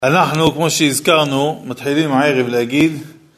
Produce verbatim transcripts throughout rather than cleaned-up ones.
אנחנו, כמו שהזכרנו, מתחילים הערב להגיד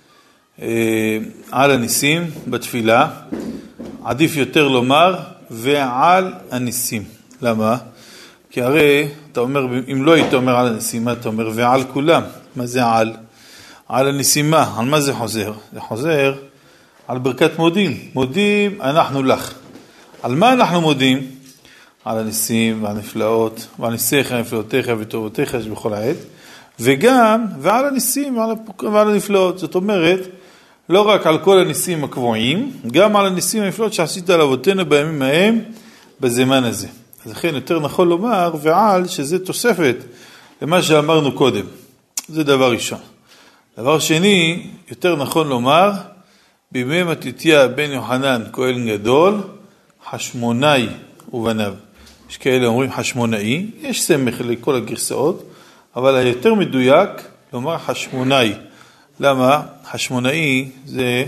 אה, על הניסים בתפילה. עדיף יותר לומר ועל הניסים. למה? כי הרי אתה אומר, אם לא היית אומר על הניסים, אתה אומר ועל כולם. מה זה על? על הניסים מה? על מה זה חוזר? זה חוזר על ברכת מודים. מודים אנחנו לך. על מה אנחנו מודים? על הניסים והנפלאות, ועל ניסיך, נפלאותיך וטובותיך שבכל העת. וגם ועל הניסים ועל, ועל הנפלאות. זאת אומרת, לא רק על כל הניסים הקבועים, גם על הניסים והנפלאות שעשית על אבותינו בימים ההם בזמן הזה. אז לכן יותר נכון לומר ועל שזה תוספת למה שאמרנו קודם. זה דבר ראשון. דבר שני, יותר נכון לומר, בימי מתתיה בן יוחנן כהן גדול, חשמונאי ובניו. יש כאלה אומרים חשמונאי, יש סמך לכל הגרסאות, אבל היותר מדויק לומר חשמונאי. למה? חשמונאי זה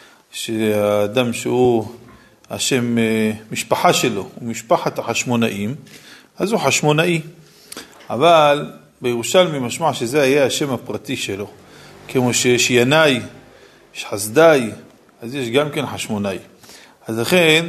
שהאדם שהוא השם משפחה שלו, הוא משפחת החשמונאים, אז הוא חשמונאי. אבל בירושלמי משמע שזה היה השם הפרטי שלו. כמו שיש ינאי, יש חסדאי, אז יש גם כן חשמונאי. אז לכן,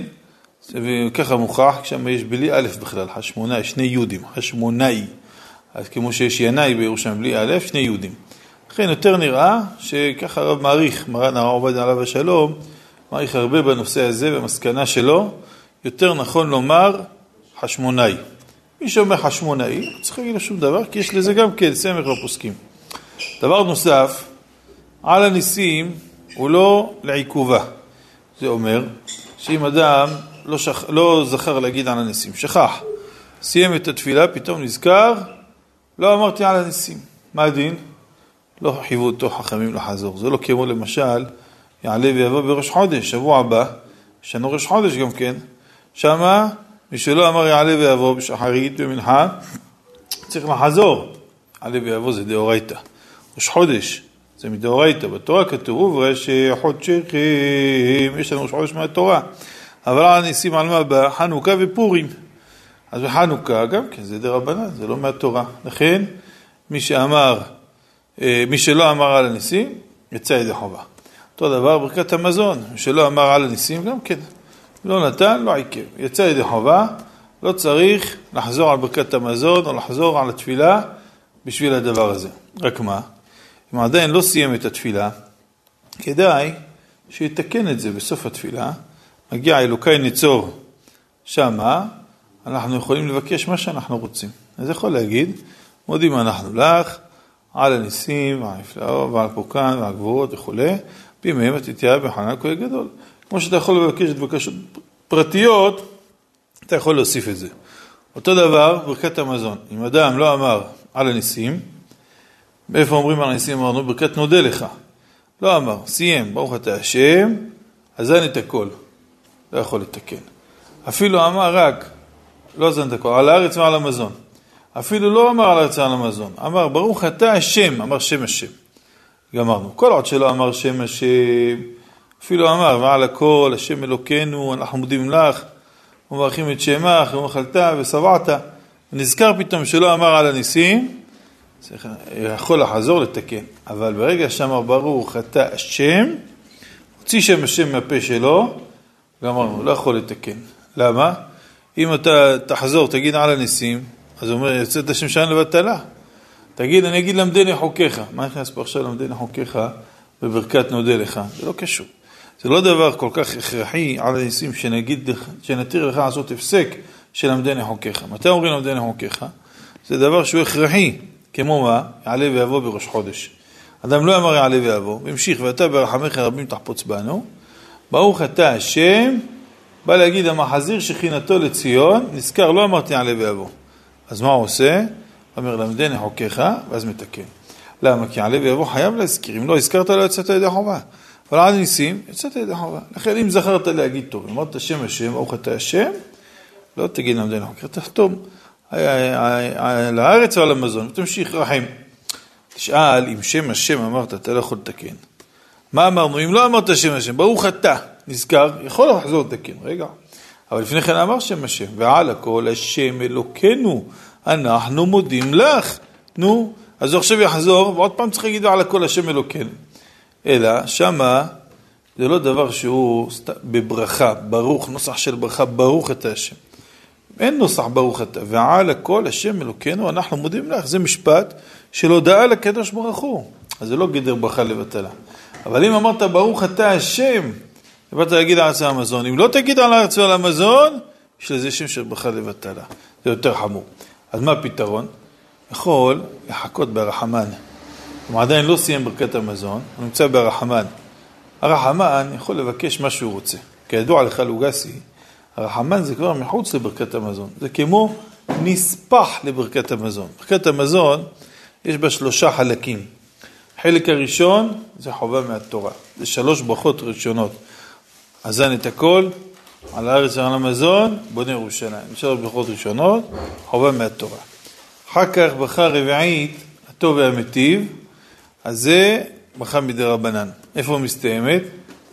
וככה מוכח, כשם יש בלי א' בכלל, חשמונאי, שני יהודים, חשמונאי. אז כמו שיש ינאי בירושלים בלי א', שני יהודים. לכן יותר נראה שככה הרב מעריך, מרן הרב עובדיה עליו השלום, מעריך הרבה בנושא הזה, במסקנה שלו, יותר נכון לומר חשמונאי. מי שאומר חשמונאי, לא צריך להגיד לו שום דבר, כי יש לזה גם כן סמך בפוסקים. דבר נוסף, על הניסים הוא לא לעיכובה. זה אומר שאם אדם לא, שכ... לא זכר להגיד על הניסים, שכח, סיים את התפילה, פתאום נזכר, לא אמרתי על הניסים. מה הדין? לא חייבו אותו חכמים לחזור. זה לא כמו למשל, יעלה ויבוא בראש חודש, שבוע הבא, יש לנו ראש חודש גם כן, שמה מי שלא אמר יעלה ויבוא בשחרית ומנחה, צריך לחזור. יעלה ויבוא זה דאורייתא. ראש חודש זה מדאורייתא. בתורה כתוב ראש חודשים, יש לנו ראש חודש מהתורה. אבל על הניסים על מה בא? חנוכה ופורים. אז בחנוכה גם כן זה דרבנן, זה לא מהתורה. לכן מי שאמר, מי שלא אמר על הניסים, יצא ידי חובה. אותו דבר ברכת המזון, מי שלא אמר על הניסים גם כן. לא נתן, לא עיכב. יצא ידי חובה, לא צריך לחזור על ברכת המזון או לחזור על התפילה בשביל הדבר הזה. רק מה? אם עדיין לא סיים את התפילה, כדאי שיתקן את זה בסוף התפילה. מגיע אלוקי ניצור שמה, אנחנו יכולים לבקש מה שאנחנו רוצים. אז יכול להגיד, מודים אנחנו לך, על הניסים, והנפלאות, ועל פוקן, והגבורות וכו', בימי מתתיה בחנן כהן גדול. כמו שאתה יכול לבקש את בקשות פרטיות, אתה יכול להוסיף את זה. אותו דבר, ברכת המזון. אם אדם לא אמר על הניסים, באיפה אומרים על הניסים? אמרנו, ברכת נודה לך. לא אמר, סיים, ברוך אתה השם, אז אין את הכל. לא יכול לתקן. אפילו אמר רק, לא זן את הכל, על הארץ ועל המזון. אפילו לא אמר על הארץ ועל המזון. אמר, ברוך אתה השם, אמר שם השם. גמרנו. כל עוד שלא אמר שם השם, אפילו אמר, ועל הכל, השם אלוקנו, אנחנו מודים לך, ומברכים את שמך, ומאכלת ושבעת. ונזכר פתאום שלא אמר על הניסים, יכול לחזור לתקן. אבל ברגע שאמר ברוך אתה השם, הוציא שם השם מהפה שלו, גמרנו, לא יכול לתקן. למה? אם אתה תחזור, תגיד על הניסים, אז הוא אומר, יוצא את השם שאין לבטלה. תגיד, אני אגיד למדני חוקיך. מה נכנס פה עכשיו למדני חוקיך בברכת נודה לך? זה לא קשור. זה לא דבר כל כך הכרחי על הניסים שנגיד, שנתיר לך לעשות הפסק של למדני חוקיך. מתי אומרים למדני חוקיך? זה דבר שהוא הכרחי. כמו מה? יעלה ויבוא בראש חודש. אדם לא אמר יעלה ויבוא, והמשיך, ואתה ברחמך רבים תחפוץ בנו. ברוך אתה השם, בא להגיד המחזיר שכינתו לציון, נזכר, לא אמרתי יעלה ויבוא. אז מה הוא עושה? אומר למדני חוקיך, ואז מתקן. למה? כי יעלה ויבוא חייב להזכיר. אם לא הזכרת, לא יצאת ידי חובה. אבל על ניסים, יצאת ידי חובה. לכן אם זכרת להגיד טוב, אמרת השם השם, ברוך אתה השם, לא תגיד למדני חוקיך, תחתום על הארץ ועל המזון, ותמשיך רחם. תשאל, אם שם השם אמרת, אתה לא יכול לתקן. מה אמרנו? אם לא אמרת שם השם, ברוך אתה, נזכר, יכול לחזור לתקן. רגע. אבל לפני כן אמר שם השם, ועל הכל השם אלוקנו, אנחנו מודים לך. נו, אז הוא עכשיו יחזור, ועוד פעם צריך להגיד על הכל השם אלוקינו. אלא, שמה, זה לא דבר שהוא בברכה, ברוך, נוסח של ברכה, ברוך אתה השם. אין נוסח ברוך אתה, ועל הכל השם אלוקינו, אנחנו מודים לך, זה משפט של הודעה לקדוש ברוך הוא. אז זה לא גדר ברכה לבטלה. אבל אם אמרת ברוך אתה השם, ובאת להגיד על עצה המזון, אם לא תגיד על עצה המזון, יש לזה שם של ברכה לבטלה. זה יותר חמור. אז מה הפתרון? יכול לחכות ברחמן. הוא עדיין לא סיים ברכת המזון, הוא נמצא ברחמן. הרחמן יכול לבקש מה שהוא רוצה. כידוע לך לוגסי, הרחמן זה כבר מחוץ לברכת המזון. זה כמו נספח לברכת המזון. ברכת המזון יש בה שלושה חלקים. החלק הראשון זה חובה מהתורה. זה שלוש ברכות ראשונות. אזן את הכל, על הארץ ועל המזון, בונה ירושלים. שלוש ברכות ראשונות, חובה מהתורה. אחר כך ברכה רביעית, הטוב והמטיב, אז זה ברכה מדרבנן. איפה מסתיימת?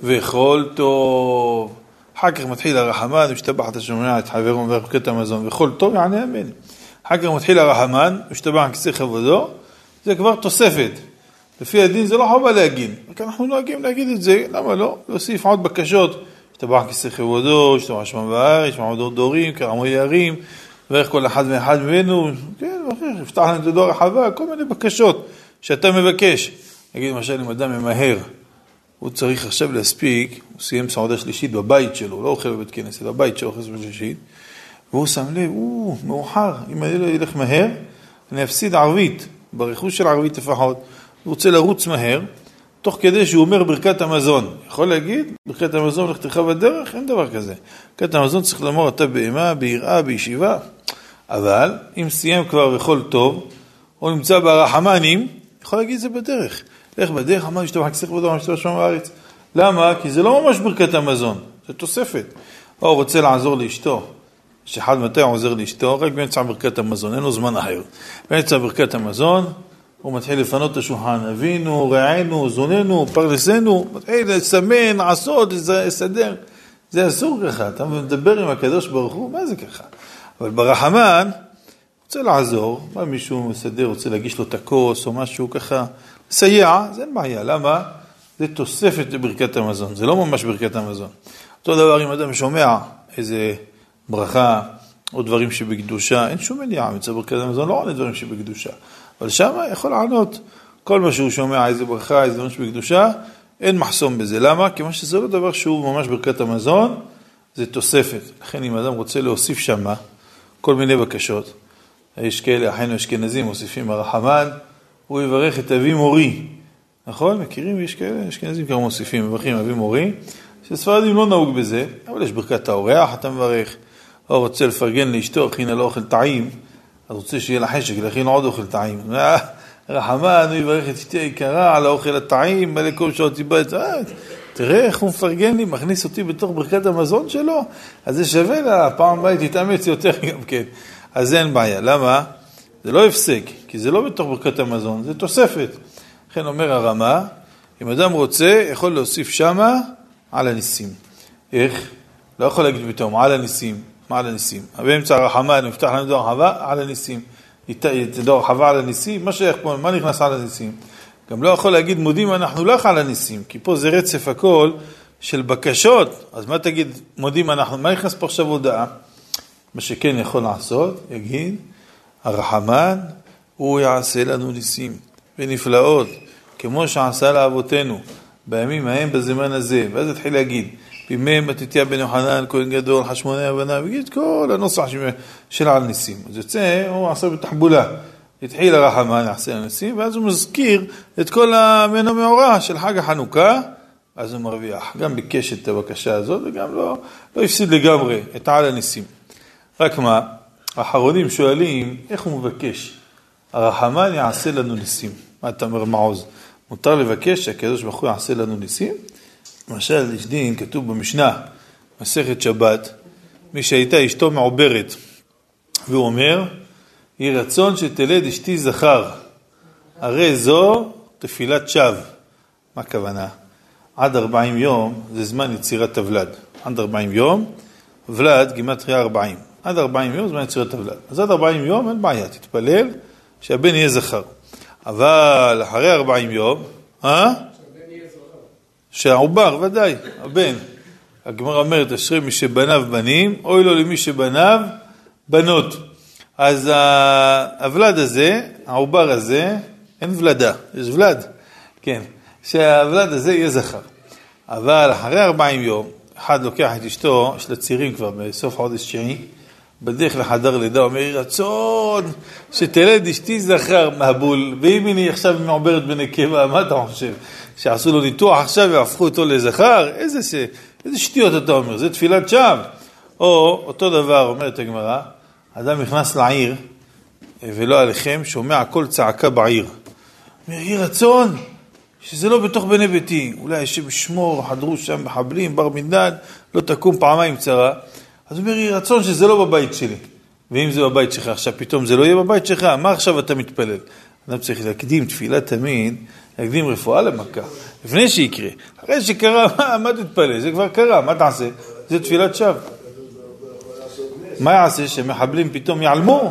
וכל טוב. אחר כך מתחיל הרחמן, משתבח אתה שומע את חברו ברכת המזון, וכל טוב יענה אמן. אחר כך מתחיל הרחמן, משתבח כיסא כבודו, זה כבר תוספת. לפי הדין זה לא חובה להגיד, רק אנחנו נוהגים להגיד את זה, למה לא? להוסיף עוד בקשות, משתבח כיסא כבודו, משתבח שמם וארץ, משתבח דור דורים, כרמו יערים, ואיך כל אחד מאחד ממנו, כן, ואחר, יפתח לנו את הדור הרחבה, כל מיני בקשות שאתה מבקש. נגיד, למשל, אם אדם ממהר, הוא צריך עכשיו להספיק, הוא סיים סעודה שלישית בבית שלו, לא אוכל בבית כנסת, בבית שלו אוכל סעודה שלישית, והוא שם לב, הוא מאוחר, אם אני לא ילך מהר, אני אפסיד ערבית, ברכוש של ערבית לפחות, הוא רוצה לרוץ מהר, תוך כדי שהוא אומר ברכת המזון. יכול להגיד, ברכת המזון לכתך בדרך? אין דבר כזה. ברכת המזון צריך לומר, אתה באימה, ביראה, בישיבה. אבל, אם סיים כבר בכל טוב, או נמצא ברחמנים, יכול להגיד זה בדרך. לך בדרך, אמר, ישתבח כיסא כבודו, משתבח שמם וארץ. למה? כי זה לא ממש ברכת המזון, זה תוספת. או רוצה לעזור לאשתו, שאחד מתי עוזר לאשתו, רק באמצע ברכת המזון, אין לו זמן אחר. באמצע ברכת המזון, הוא מתחיל לפנות את השולחן, אבינו, רעינו, זוננו, פרנסנו, מתחיל לסמן, לעשות, לסדר. זה אסור ככה, אתה מדבר עם הקדוש ברוך הוא, מה זה ככה? אבל ברחמן, רוצה לעזור, מה מישהו מסדר, רוצה להגיש לו את הכוס או משהו ככה, לסייע, זה אין בעיה, למה? זה תוספת לברכת המזון, זה לא ממש ברכת המזון. אותו דבר אם אדם שומע איזה ברכה או דברים שבקדושה, אין שום מניעה, מצד ברכת המזון לא עונה דברים שבקדושה. אבל שם יכול לענות כל מה שהוא שומע, איזה ברכה, איזה דברים שבקדושה, אין מחסום בזה. למה? כי מה שזה לא דבר שהוא ממש ברכת המזון, זה תוספת. לכן אם אדם רוצה להוסיף שם כל מיני בקשות, יש כאלה, אחינו אשכנזים, מוסיפים הרחמן, הוא יברך את אבי מורי. נכון? מכירים? יש כאלה, אשכנזים כבר מוסיפים, מברכים אבי מורי, שספרדים לא נהוג בזה, אבל יש ברכת האורח, אתה מברך, או רוצה לפרגן לאשתו, הכינה לו אוכל טעים, אז רוצה שיהיה לה חשק, להכין עוד אוכל טעים. רחמן, הוא יברך את אשתי היקרה על האוכל הטעים, מלא כל שעות איבד, תראה איך הוא מפרגן לי, מכניס אותי בתוך ברכת המזון שלו, אז זה שווה לה, פעם בית יתאמץ יותר גם כן. אז אין בעיה, למה? זה לא הפסק, כי זה לא בתוך ברכת המזון, זה תוספת. לכן אומר הרמה, אם אדם רוצה, יכול להוסיף שמה על הניסים. איך? לא יכול להגיד פתאום, על הניסים. מה על הניסים? באמצע הרחמן, הוא יפתח לנו דור הרחבה, על הניסים. דור הרחבה על הניסים, מה שייך פה, מה נכנס על הניסים? גם לא יכול להגיד, מודים אנחנו לך על הניסים, כי פה זה רצף הכל של בקשות. אז מה תגיד, מודים אנחנו, מה נכנס פה עכשיו הודעה? מה שכן יכול לעשות, יגיד, הרחמן, הוא יעשה לנו ניסים ונפלאות, כמו שעשה לאבותינו, בימים ההם בזמן הזה. ואז התחיל להגיד, בימי מתתיה בן יוחנן, כהן גדול, חשמונאי הבנה, וגיד כל הנוסח של על ניסים. אז יוצא, הוא עשה בתחבולה. התחיל הרחמן, יעשה לניסים, ואז הוא מזכיר את כל המנו מאורע של חג החנוכה, אז הוא מרוויח. גם ביקש את הבקשה הזאת, וגם לא, לא הפסיד לגמרי את על הניסים. רק מה, האחרונים שואלים, איך הוא מבקש? הרחמן יעשה לנו ניסים. מה אתה אומר מעוז? מותר לבקש שהקדוש ברוך הוא יעשה לנו ניסים? למשל, יש דין, כתוב במשנה, מסכת שבת, מי שהייתה אשתו מעוברת, והוא אומר, יהי רצון שתלד אשתי זכר, הרי זו תפילת שווא. מה הכוונה? עד ארבעים יום זה זמן יצירת הוולד. עד ארבעים יום, ולד גימטריה ארבעים. עד ארבעים יום זמן יצירת הוולד. אז עד ארבעים יום אין בעיה, תתפלל שהבן יהיה זכר. אבל אחרי ארבעים יום, אה? שהעובר, ודאי, הבן. הגמרא אומרת, אשרי מי שבניו בנים, אוי לו למי שבניו בנות. אז הוולד הזה, העובר הזה, אין ולדה, יש ולד, כן, שהוולד הזה יהיה זכר. אבל אחרי ארבעים יום, אחד לוקח את אשתו, יש לה צירים כבר בסוף חודש תשיעי, בדרך לחדר לידה, אומר, רצון שתלד אשתי זכר מהבול, ואם היא עכשיו מעוברת בנקבה, מה אתה חושב? שעשו לו ניתוח עכשיו והפכו אותו לזכר? איזה, ש... איזה שטויות אתה אומר? זה תפילת שווא. או אותו דבר, אומרת הגמרא, אדם נכנס לעיר, ולא עליכם, שומע כל צעקה בעיר. אומר, יהי רצון שזה לא בתוך בני ביתי, אולי השם ישמור, חדרו שם מחבלים, בר מינן, לא תקום פעמיים צרה. אז אומר, יהי רצון שזה לא בבית שלי. ואם זה בבית שלך, עכשיו פתאום זה לא יהיה בבית שלך, מה עכשיו אתה מתפלל? אדם צריך להקדים תפילה תמיד, להקדים רפואה למכה, לפני שיקרה. אחרי שקרה, מה, מה תתפלל? זה כבר קרה, מה תעשה? זה תפילת שווא. מה יעשה? שמחבלים פתאום יעלמו?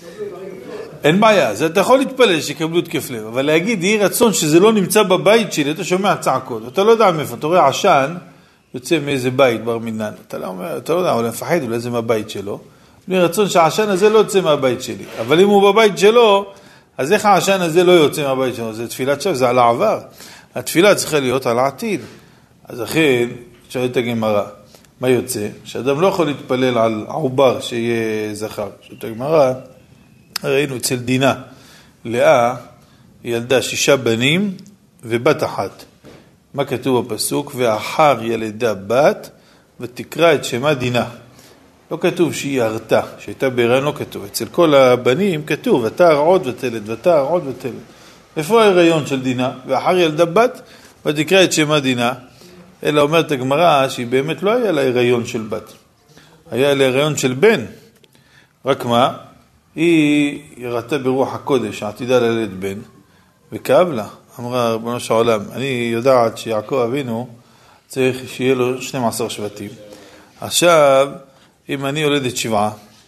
אין בעיה, זה אתה יכול להתפלל שיקבלו תקף לב, אבל להגיד, יהי רצון שזה לא נמצא בבית שלי, אתה שומע צעקות, אתה לא יודע מאיפה, אתה רואה עשן, יוצא מאיזה בית בר מינן, אתה לא, אתה לא יודע, אולי מפחד, אולי זה מהבית שלו, יהי רצון שהעשן הזה לא יוצא מהבית שלי, אבל אם הוא בבית שלו, אז איך העשן הזה לא יוצא מהבית שלו? זה תפילת שווא, זה על העבר. התפילה צריכה להיות על העתיד. אז לכן, שואלת הגמרא, מה יוצא? שאדם לא יכול להתפלל על עובר שיהיה זכר. שואלת הגמרא, ראינו אצל דינה, לאה ילדה שישה בנים ובת אחת. מה כתוב בפסוק? ואחר ילדה בת ותקרא את שמה דינה. לא כתוב שהיא הרתה, שהייתה בהיריון לא כתוב. אצל כל הבנים כתוב, ותער עוד ותלד, ותער עוד ותלד. איפה ההיריון של דינה? ואחר ילדה בת, ותקרא את שמה דינה. אלא אומרת הגמרא שהיא באמת לא היה לה הריון של בת. היה לה הריון של בן. רק מה? היא הראתה ברוח הקודש, העתידה ללד בן, וכאב לה. אמרה, רבונו של העולם, אני יודעת שיעקב אבינו צריך שיהיה לו שנים עשר שבטים. עכשיו, אם אני יולדת שבעה,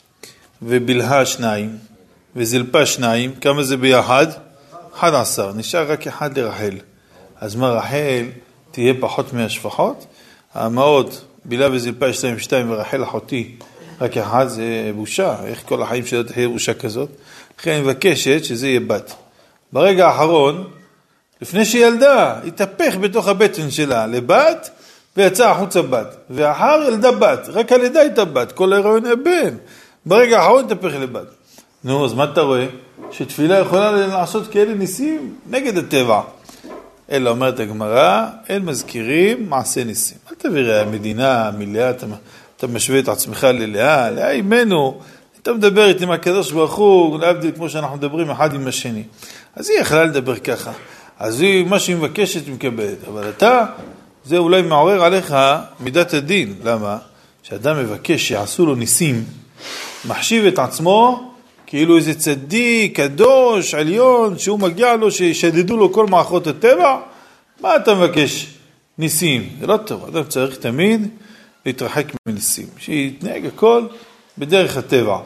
ובלהה שניים, וזלפה שניים, כמה זה ביחד? אחד עשר, נשאר רק אחד לרחל. אז מה רחל תהיה פחות מהשפחות? המאות, בילה וזלפה יש להם שתיים, ורחל אחותי רק אחד, זה בושה. איך כל החיים שלה תהיה בושה כזאת? לכן אני מבקשת שזה יהיה בת. ברגע האחרון, לפני שהיא ילדה, התהפך בתוך הבטן שלה לבת, ויצא החוצה בת, ואחר ילדה בת, רק הלידה הייתה בת, כל ההיריון היה בן, ברגע האחרון תהפך לבת. נו, אז מה אתה רואה? שתפילה יכולה לעשות כאלה ניסים נגד הטבע. אלא אומרת הגמרא, אין מזכירים מעשה ניסים. אל תביאי המדינה מלאה, אתה, אתה משווה את עצמך ללאה, לאה אימנו, אתה מדבר איתי עם הקדוש ברוך הוא, להבדיל כמו שאנחנו מדברים אחד עם השני. אז היא יכלה לדבר ככה, אז היא, מה שהיא מבקשת מקבלת, אבל אתה, זה אולי מעורר עליך מידת הדין. למה? שאדם מבקש שיעשו לו ניסים, מחשיב את עצמו כאילו איזה צדיק, קדוש, עליון, שהוא מגיע לו, שישדדו לו כל מערכות הטבע. מה אתה מבקש? ניסים. זה לא טוב. אדם צריך תמיד להתרחק מניסים. שיתנהג הכל בדרך הטבע.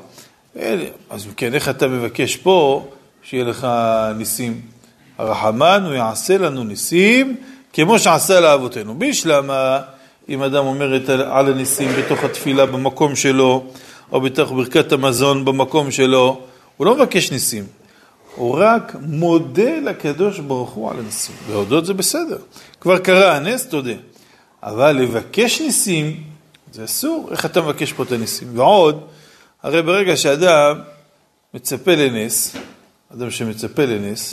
אז כן, איך אתה מבקש פה שיהיה לך ניסים? הרחמן הוא יעשה לנו ניסים כמו שעשה לאבותינו. בשלמה, אם אדם אומר על הניסים בתוך התפילה במקום שלו, או בתוך ברכת המזון במקום שלו, הוא לא מבקש ניסים. הוא רק מודה לקדוש ברוך הוא על הניסים. להודות זה בסדר. כבר קרה הנס, תודה. אבל לבקש ניסים, זה אסור. איך אתה מבקש פה את הניסים? ועוד, הרי ברגע שאדם מצפה לנס, אדם שמצפה לנס,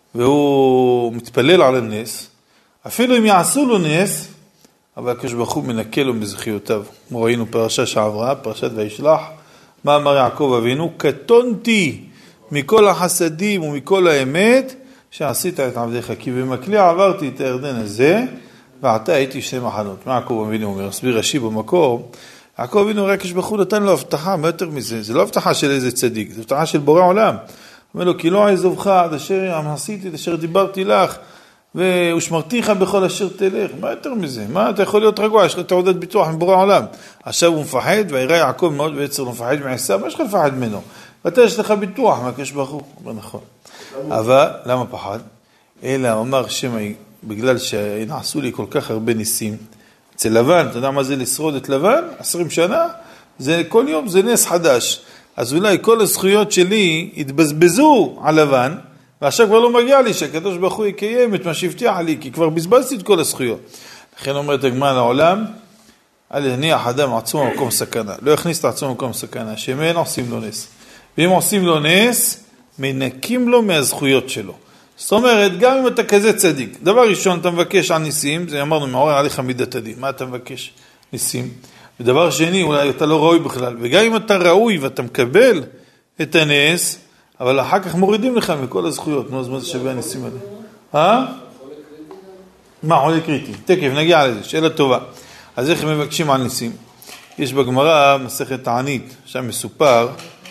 והוא מתפלל על הנס, אפילו אם יעשו לו נס, אבל הקדוש ברוך הוא מנקה לו מזכיותיו. כמו ראינו פרשה שעברה, פרשת וישלח, מה אמר יעקב אבינו? קטונתי מכל החסדים ומכל האמת שעשית את עבדיך, כי במקלי עברתי את הירדן הזה, ועתה הייתי שני מחנות. מה יעקב אבינו אומר? הסביר רש"י במקור, יעקב אבינו רק הקדוש ברוך הוא נתן לו הבטחה, מה יותר מזה? זה לא הבטחה של איזה צדיק, זה הבטחה של בורא עולם. אומר לו, כי לא אעזובך עד אשר עשיתי, עד אשר דיברתי לך, ושמרתיך בכל אשר תלך. מה יותר מזה? מה אתה יכול להיות רגוע? יש לך תעודת ביטוח מבורא העולם. עכשיו הוא מפחד, וירא יעקב מאוד ויצר הוא מפחד מעשיו. מה יש לך לפחד ממנו? ואתה יש לך ביטוח, מה הקדוש ברוך הוא? אומר נכון. אבל, למה פחד? אלא אמר שמא, בגלל שנעשו לי כל כך הרבה ניסים, אצל לבן, אתה יודע מה זה לשרוד את לבן? עשרים שנה? זה, כל יום זה נס חדש. אז אולי כל הזכויות שלי התבזבזו על לבן, ועכשיו כבר לא מגיע לי שהקדוש ברוך הוא יקיים את מה שהבטיח לי, כי כבר בזבזתי את כל הזכויות. לכן אומרת הגמרא לעולם, אל יניח אדם עצמו במקום סכנה. לא יכניס את עצמו במקום סכנה, שאין עושים לו נס. ואם עושים לו נס, מנקים לו מהזכויות שלו. זאת אומרת, גם אם אתה כזה צדיק, דבר ראשון, אתה מבקש על ניסים, זה אמרנו, מעורר עליך מידת הדין. מה אתה מבקש? ניסים. ודבר שני, אולי אתה לא ראוי בכלל. וגם אם אתה ראוי ואתה מקבל את הנס, אבל אחר כך מורידים לך מכל הזכויות. נו, אז מה זה שווה הניסים האלה? אה? מה, חולה קריטי? תקף, נגיע לזה. שאלה טובה. אז איך הם מבקשים על ניסים? יש בגמרא מסכת תענית, שם מסופר.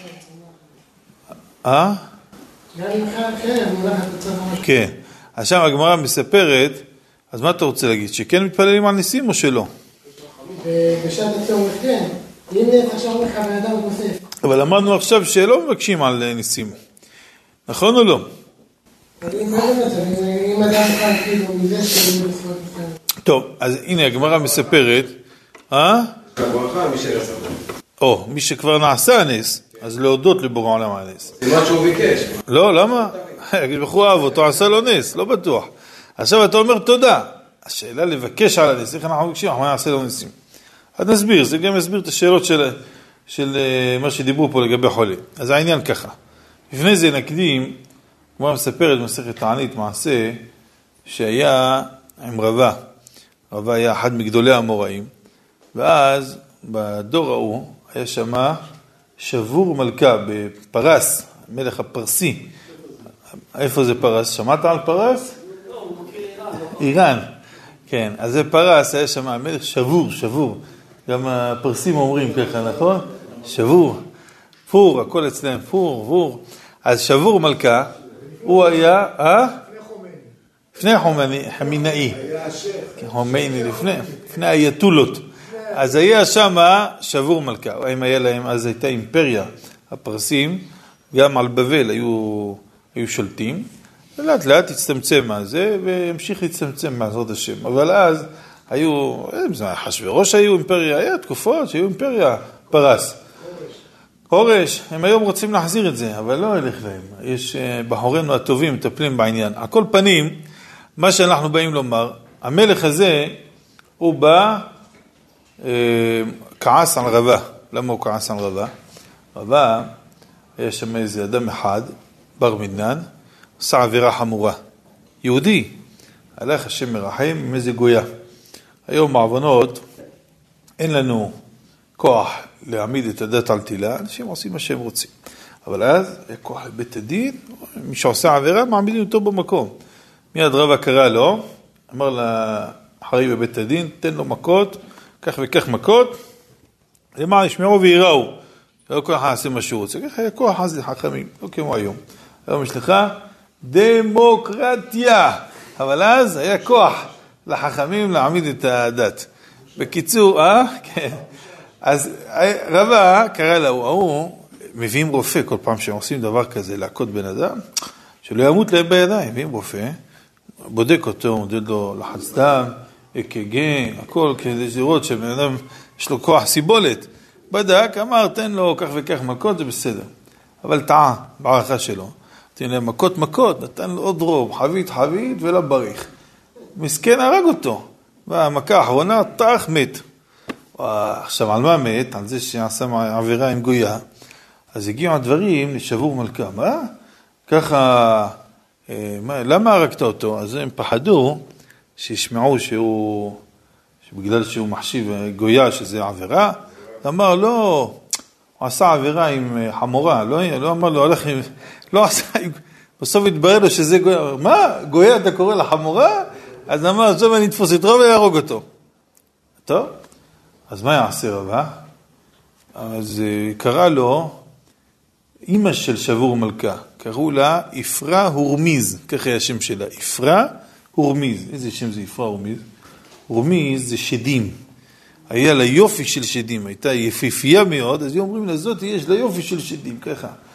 אה? כן. אז שם הגמרא מספרת, אז מה אתה רוצה להגיד? שכן מתפללים על ניסים או שלא? בשעת הצום כן. אם נהיה עכשיו לך באדם נוסף. אבל אמרנו עכשיו שלא מבקשים על ניסים. נכון או לא? אם אדם חי כאילו מזה שלא בספות בספות. טוב, אז הנה הגמרא מספרת, אה? הברכה מי שעשה. או, מי שכבר נעשה הנס, אז להודות לבורא עולם הנס. זה מה שהוא ביקש. לא, למה? בחור אהב אותו, עשה לו נס, לא בטוח. עכשיו אתה אומר תודה. השאלה לבקש על הנס, איך אנחנו מבקשים, אנחנו נעשה לו ניסים. אז נסביר, זה גם יסביר את השאלות של, של מה שדיברו פה לגבי חולה. אז העניין ככה. לפני זה נקדים, כמו מספרת מסכת תענית, מעשה שהיה עם רבה. רבה היה אחד מגדולי המוראים, ואז בדור ההוא היה שמה שבור מלכה בפרס, המלך הפרסי. איפה זה פרס? שמעת על פרס? לא, הוא מכיר איראן. איראן. כן, אז זה פרס, היה שם המלך שבור, שבור. גם הפרסים אומרים ככה, נכון? שבור, פור, הכל אצלם, פור, פור. אז שבור מלכה, הוא היה, אה? לפני חומני, חמינאי. חומני, לפני, לפני היתולות. אז היה שם שבור מלכה. אם היה להם, אז הייתה אימפריה, הפרסים, גם על בבל היו, היו שולטים. ולאט לאט הצטמצם מהזה, והמשיך להצטמצם מעזרת השם. אבל אז היו, חשברוש היו אימפריה, היה תקופות שהיו אימפריה, פרס. הורש, הם היום רוצים להחזיר את זה, אבל לא הלך להם. יש בחורינו הטובים מטפלים בעניין. על כל פנים, מה שאנחנו באים לומר, המלך הזה, הוא בא, אה, כעס על רבה. למה הוא כעס על רבה? רבה, היה שם איזה אדם אחד, בר מינן, עשה עבירה חמורה. יהודי, הלך השם מרחם עם איזה גויה. היום מעוונות, אין לנו כוח להעמיד את הדת על תילה, אנשים עושים מה שהם רוצים. אבל אז היה כוח לבית הדין, מי שעושה עבירה, מעמידים אותו במקום. מיד רבא קרא לו, אמר לאחרי בבית הדין, תן לו מכות, כך וכך מכות, למה ישמעו ויראו, לא כוח יעשה מה שהוא רוצה, ככה היה כוח אז לחכמים, לא כמו היום. היום יש לך דמוקרטיה, אבל אז היה כוח לחכמים להעמיד את הדת. בקיצור, אה? כן. אז רבא קרא לו, הוא מביאים רופא כל פעם שהם עושים דבר כזה, להכות בן אדם, שלא ימות להם בידיים, מביאים רופא, בודק אותו, מודד לו לחץ דם, אק"ג, הכל כדי לראות שבן אדם יש לו כוח סיבולת. בדק, אמר, תן לו כך וכך מכות, זה בסדר. אבל טעה בערכה שלו. תן להם מכות מכות, נתן לו עוד רוב, חבית חבית ולא בריך. מסכן הרג אותו. והמכה האחרונה, טח מת. עכשיו, על מה מת? על זה שעשה עבירה עם גויה. אז הגיעו הדברים לשבור מלכה. מה? ככה, מה, למה הרגת אותו? אז הם פחדו שישמעו שהוא, שבגלל שהוא מחשיב גויה שזה עבירה, אמר, לא, הוא עשה עבירה עם חמורה, לא, לא אמר לו, הלך עם, לא עשה, בסוף התברר לו שזה גויה, מה? גויה אתה קורא לחמורה? אז אמר, עכשיו אני אתפוס את רבא ויהרוג אותו. טוב, אז מה יעשה רבא? אז קרא לו, אמא של שבור מלכה, קראו לה יפרח הורמיז, ככה היה השם שלה, יפרח הורמיז. איזה שם זה יפרח הורמיז? הורמיז זה שדים. היה לה יופי של שדים, הייתה יפיפייה מאוד, אז אומרים לזאת יש לה יופי של שדים, ככה.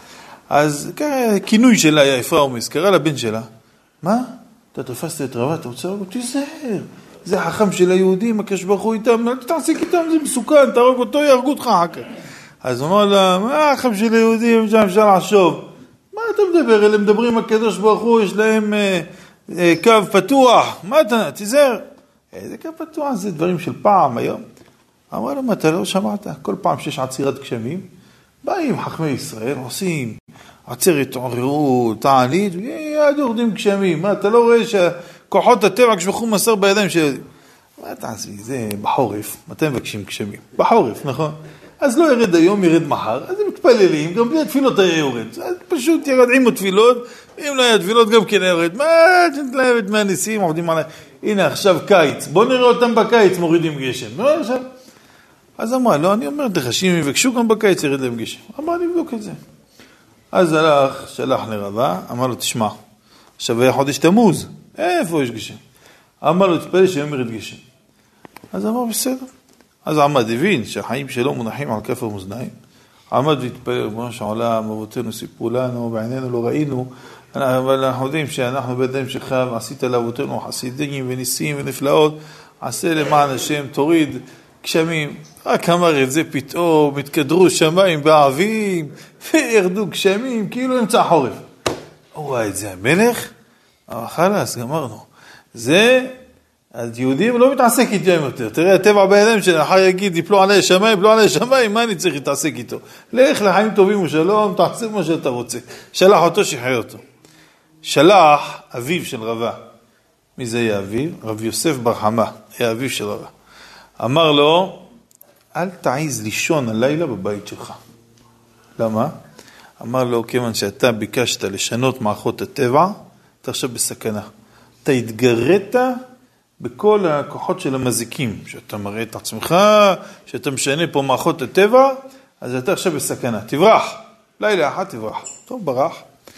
אז כינוי שלה היה אפראומס, קרא לבן שלה, מה? אתה תפסת את רבה, אתה רוצה להרוג? תיזהר, זה החכם של היהודים, הקדוש ברוך הוא איתם, לא תתעסק איתם, זה מסוכן, תהרוג אותו, יהרגו אותך אחר כך. אז הוא אמר לה, מה החכם של היהודים, שם אפשר לחשוב? מה אתה מדבר? אלה מדברים הקדוש ברוך הוא, יש להם אה, אה, קו פתוח, מה אתה, תיזהר. איזה קו פתוח? זה דברים של פעם היום. אמר לו, מה אתה לא שמעת? כל פעם שיש עצירת גשמים, באים חכמי ישראל, עושים עצרת עוררות, תענית, יד יורדים גשמים. מה, אתה לא רואה שכוחות הטבע כשבחו מסר בידיים של... מה תעשי? זה בחורף. מתי מבקשים גשמים? בחורף, נכון? אז לא ירד היום, ירד מחר. אז הם מתפללים, גם בלי התפילות היה יורד. אז פשוט ירד עם התפילות, אם לא היה תפילות גם כן יורד. מה, תתלהבת מהניסים, עובדים עליי. הנה עכשיו קיץ, בוא נראה אותם בקיץ, מורידים גשם. לא, עכשיו... אז אמרה, לא, אני אומרת לך, שאם יבקשו גם בקיץ ירד להם גשם. אמרה, אני אבדוק את זה. אז הלך, שלח לרבה, אמר לו, תשמע, עכשיו היה חודש תמוז, איפה יש גשם? אמר לו, תתפלל שיום ירד גשם. אז אמר, בסדר. אז עמד, הבין שהחיים שלו מונחים על כף המאזניים. עמד והתפלל, כמו שעולם, אבותינו סיפרו לנו, בעינינו לא ראינו, אבל אנחנו יודעים שאנחנו בידיים שלך, ועשית לאבותינו חסידים וניסים ונפלאות, עשה למען השם, תוריד גשמים. רק אמר את זה פתאום, התקדרו שמיים באביב, וירדו גשמים, כאילו אמצע חורף. הוא רואה את זה המלך, אבל חלס, גמרנו. זה, היהודים לא מתעסק איתו יותר. תראה, הטבע בידיים של אחר יגיד, יפלו עלי שמיים, יפלו עלי שמיים, מה אני צריך להתעסק איתו? לך לחיים טובים ושלום, תעשה מה שאתה רוצה. שלח אותו, שחרר אותו. שלח אביו של רבה. מי זה היה אביו? רב יוסף בר חמה, היה אביו של רבה. אמר לו, אל תעיז לישון הלילה בבית שלך. למה? אמר לו, כיוון שאתה ביקשת לשנות מערכות הטבע, אתה עכשיו בסכנה. אתה התגרית בכל הכוחות של המזיקים, שאתה מראה את עצמך, שאתה משנה פה מערכות הטבע, אז אתה עכשיו בסכנה. תברח. לילה אחת תברח. טוב, ברח.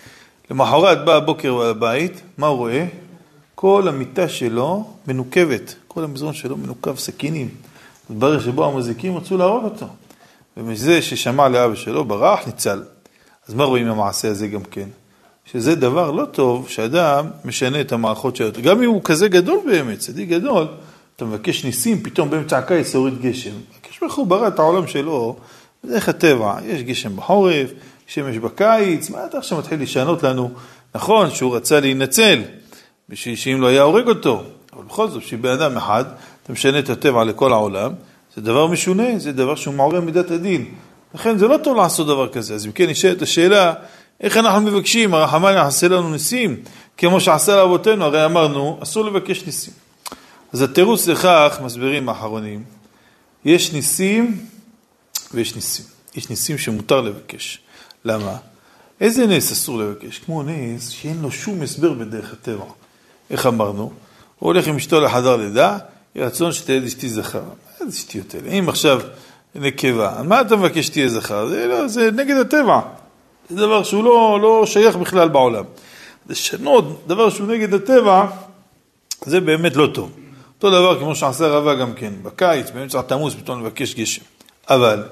למחרת בא הבוקר לבית, מה הוא רואה? כל המיטה שלו מנוקבת, כל המזרון שלו מנוקב סכינים. התברר שבו המזיקים רצו להרוג אותו. ומזה ששמע לאבא שלו ברח, ניצל. אז מה רואים המעשה הזה גם כן? שזה דבר לא טוב שאדם משנה את המערכות שלו. גם אם הוא כזה גדול באמת, צדיק גדול, אתה מבקש ניסים, פתאום באמצע הקיץ יוריד גשם. כשבחר הוא ברא את העולם שלו, זה איך הטבע, יש גשם בחורף, שמש בקיץ, מה אתה עכשיו מתחיל לשנות לנו? נכון שהוא רצה להינצל, בשביל שאם לא היה הורג אותו, אבל בכל זאת, שבן אדם אחד, אתה משנה את הטבע לכל העולם, זה דבר משונה, זה דבר שהוא מעורר מידת הדין. לכן זה לא טוב לעשות דבר כזה. אז אם כן נשאלת השאלה, איך אנחנו מבקשים? הרחמן יעשה לנו ניסים, כמו שעשה לאבותינו, הרי אמרנו, אסור לבקש ניסים. אז התירוץ לכך, מסבירים האחרונים, יש ניסים ויש ניסים. יש ניסים שמותר לבקש. למה? איזה נס אסור לבקש? כמו נס שאין לו שום הסבר בדרך הטבע. איך אמרנו? הוא הולך עם אשתו לחדר לידה, ירצון שתהיה אשתי זכר. איזה שטויות האלה? אם עכשיו נקבה, מה אתה מבקש שתהיה זכר? זה, לא, זה נגד הטבע. זה דבר שהוא לא, לא שייך בכלל בעולם. זה שנות, דבר שהוא נגד הטבע, זה באמת לא טוב. אותו דבר כמו שעשה רבה גם כן, בקיץ, באמצע תמוז, פתאום לבקש גשם. אבל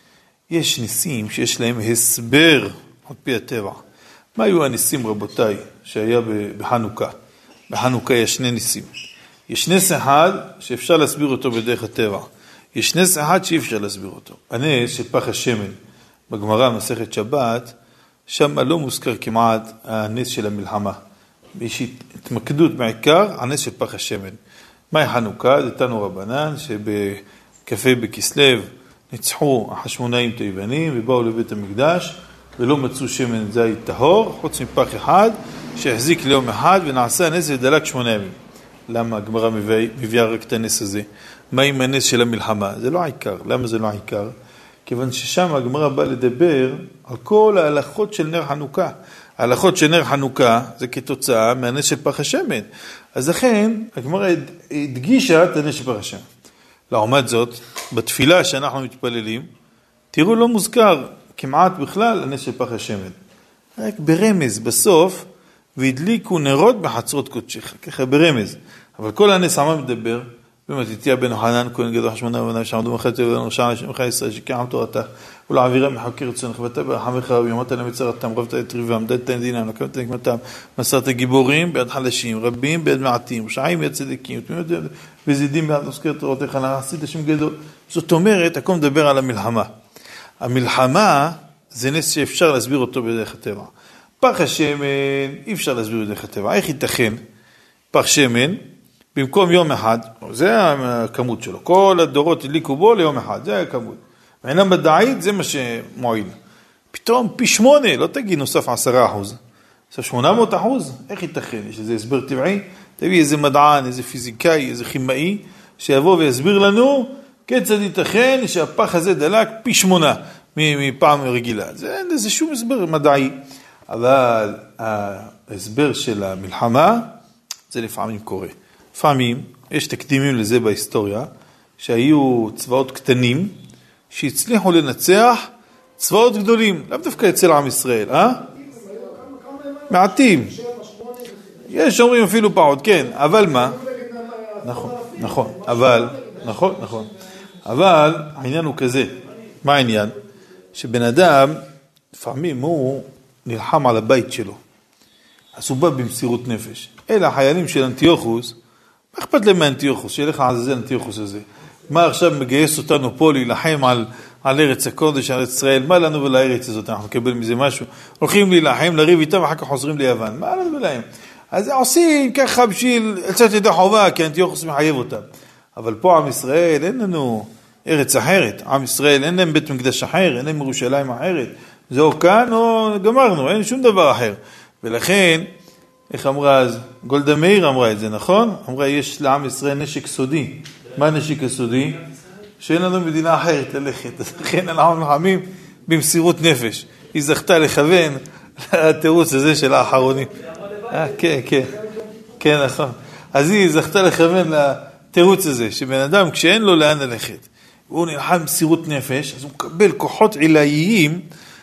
יש ניסים שיש להם הסבר על פי הטבע. מה היו הניסים, רבותיי, שהיה בחנוכה? בחנוכה יש שני ניסים. יש נס אחד שאפשר להסביר אותו בדרך הטבע. יש נס אחד שאי אפשר להסביר אותו. הנס של פח השמן. בגמרא מסכת שבת, שם לא מוזכר כמעט הנס של המלחמה. יש התמקדות בעיקר, הנס של פח השמן. מהי חנוכה? דתנו רבנן, שבקפה בכסלו ניצחו החשמונאים את היוונים, ובאו לבית המקדש, ולא מצאו שמן זית טהור, חוץ מפח אחד, שהחזיק ליום אחד, ונעשה הנס ודלק שמונה ימים. למה הגמרא מביאה רק את הנס הזה? מה עם הנס של המלחמה? זה לא העיקר. למה זה לא העיקר? כיוון ששם הגמרא באה לדבר על כל ההלכות של נר חנוכה. ההלכות של נר חנוכה זה כתוצאה מהנס של פח השמן. אז לכן הגמרא הדגישה את הנס של פח השמן. לעומת זאת, בתפילה שאנחנו מתפללים, תראו לא מוזכר כמעט בכלל הנס של פח השמן. רק ברמז בסוף, והדליקו נרות בחצרות קודשך, ככה ברמז. אבל כל הנס עמה מדבר ומתתיה בן חנן, כהן גדול חשמונאי ובניו שעמדו מחלת ובן ראשם לשמך ישראל שקיים תורתה, ולעבירה מחוקר רצונך, ואתה ברחמך ויאמרת להם יצרתם, רבת את ריב ועמדת את דינם, לקמת נקמתם, מסרת גיבורים ביד חלשים, רבים ביד מעטים, רשעים ביד צדיקים, וזידים ביד עוסקי תורתך, עשית השם גדול. זאת אומרת, הכל מדבר על המלחמה. המלחמה זה נס שאפשר להסביר אותו בדרך הטבע. פח השמן אי אפשר להסביר בדרך הטבע. איך ייתכן פח שמן במקום יום אחד, זה הכמות שלו, כל הדורות הדליקו בו ליום אחד, זה הכמות. ועינם בדעית זה מה שמועיל. פתאום פי שמונה, לא תגיד נוסף עשרה אחוז, נוסף שמונה מאות אחוז, איך ייתכן? יש איזה הסבר טבעי, תביא איזה מדען, איזה פיזיקאי, איזה כימאי, שיבוא ויסביר לנו, כיצד ייתכן שהפח הזה דלק פי שמונה מפעם רגילה. זה אין איזה שום הסבר מדעי. אבל ההסבר של המלחמה, זה לפעמים קורה. לפעמים יש תקדימים לזה בהיסטוריה, שהיו צבאות קטנים, שהצליחו לנצח צבאות גדולים, לאו דווקא אצל עם ישראל, אה? מעטים. יש אומרים אפילו פעוד, כן, אבל מה? נכון, נכון, אבל, נכון, נכון. אבל העניין הוא כזה, מה העניין? שבן אדם, לפעמים הוא נלחם על הבית שלו, אז הוא בא במסירות נפש. אלה החיילים של אנטיוכוס, מה אכפת להם מאנטיוכוס? שיהיה לך עזאזל אנטיוכוס הזה. מה עכשיו מגייס אותנו פה להילחם על, על ארץ הקודש, על ארץ ישראל? מה לנו ולארץ הזאת? אנחנו נקבל מזה משהו. הולכים להילחם, לריב איתם, ואחר כך חוזרים ליוון. מה לנו ולהם? אז עושים ככה בשביל לצאת ידי חובה, כי אנטיוכוס מחייב אותם. אבל פה עם ישראל, אין לנו ארץ אחרת. עם ישראל, אין להם בית מקדש אחר, אין להם ירושלים אחרת. זה או כאן או גמרנו, אין שום דבר אחר. ולכן, איך אמרה אז? גולדה מאיר אמרה את זה, נכון? אמרה, יש לעם ישראל נשק סודי. מה הנשק הסודי? שאין לנו מדינה אחרת ללכת. לכן אנחנו נלחמים במסירות נפש. היא זכתה לכוון לתירוץ הזה של האחרונים. אה, כן, כן. כן, נכון. אז היא זכתה לכוון לתירוץ הזה, שבן אדם כשאין לו לאן ללכת, והוא נלחם במסירות נפש, אז הוא מקבל כוחות עילאיים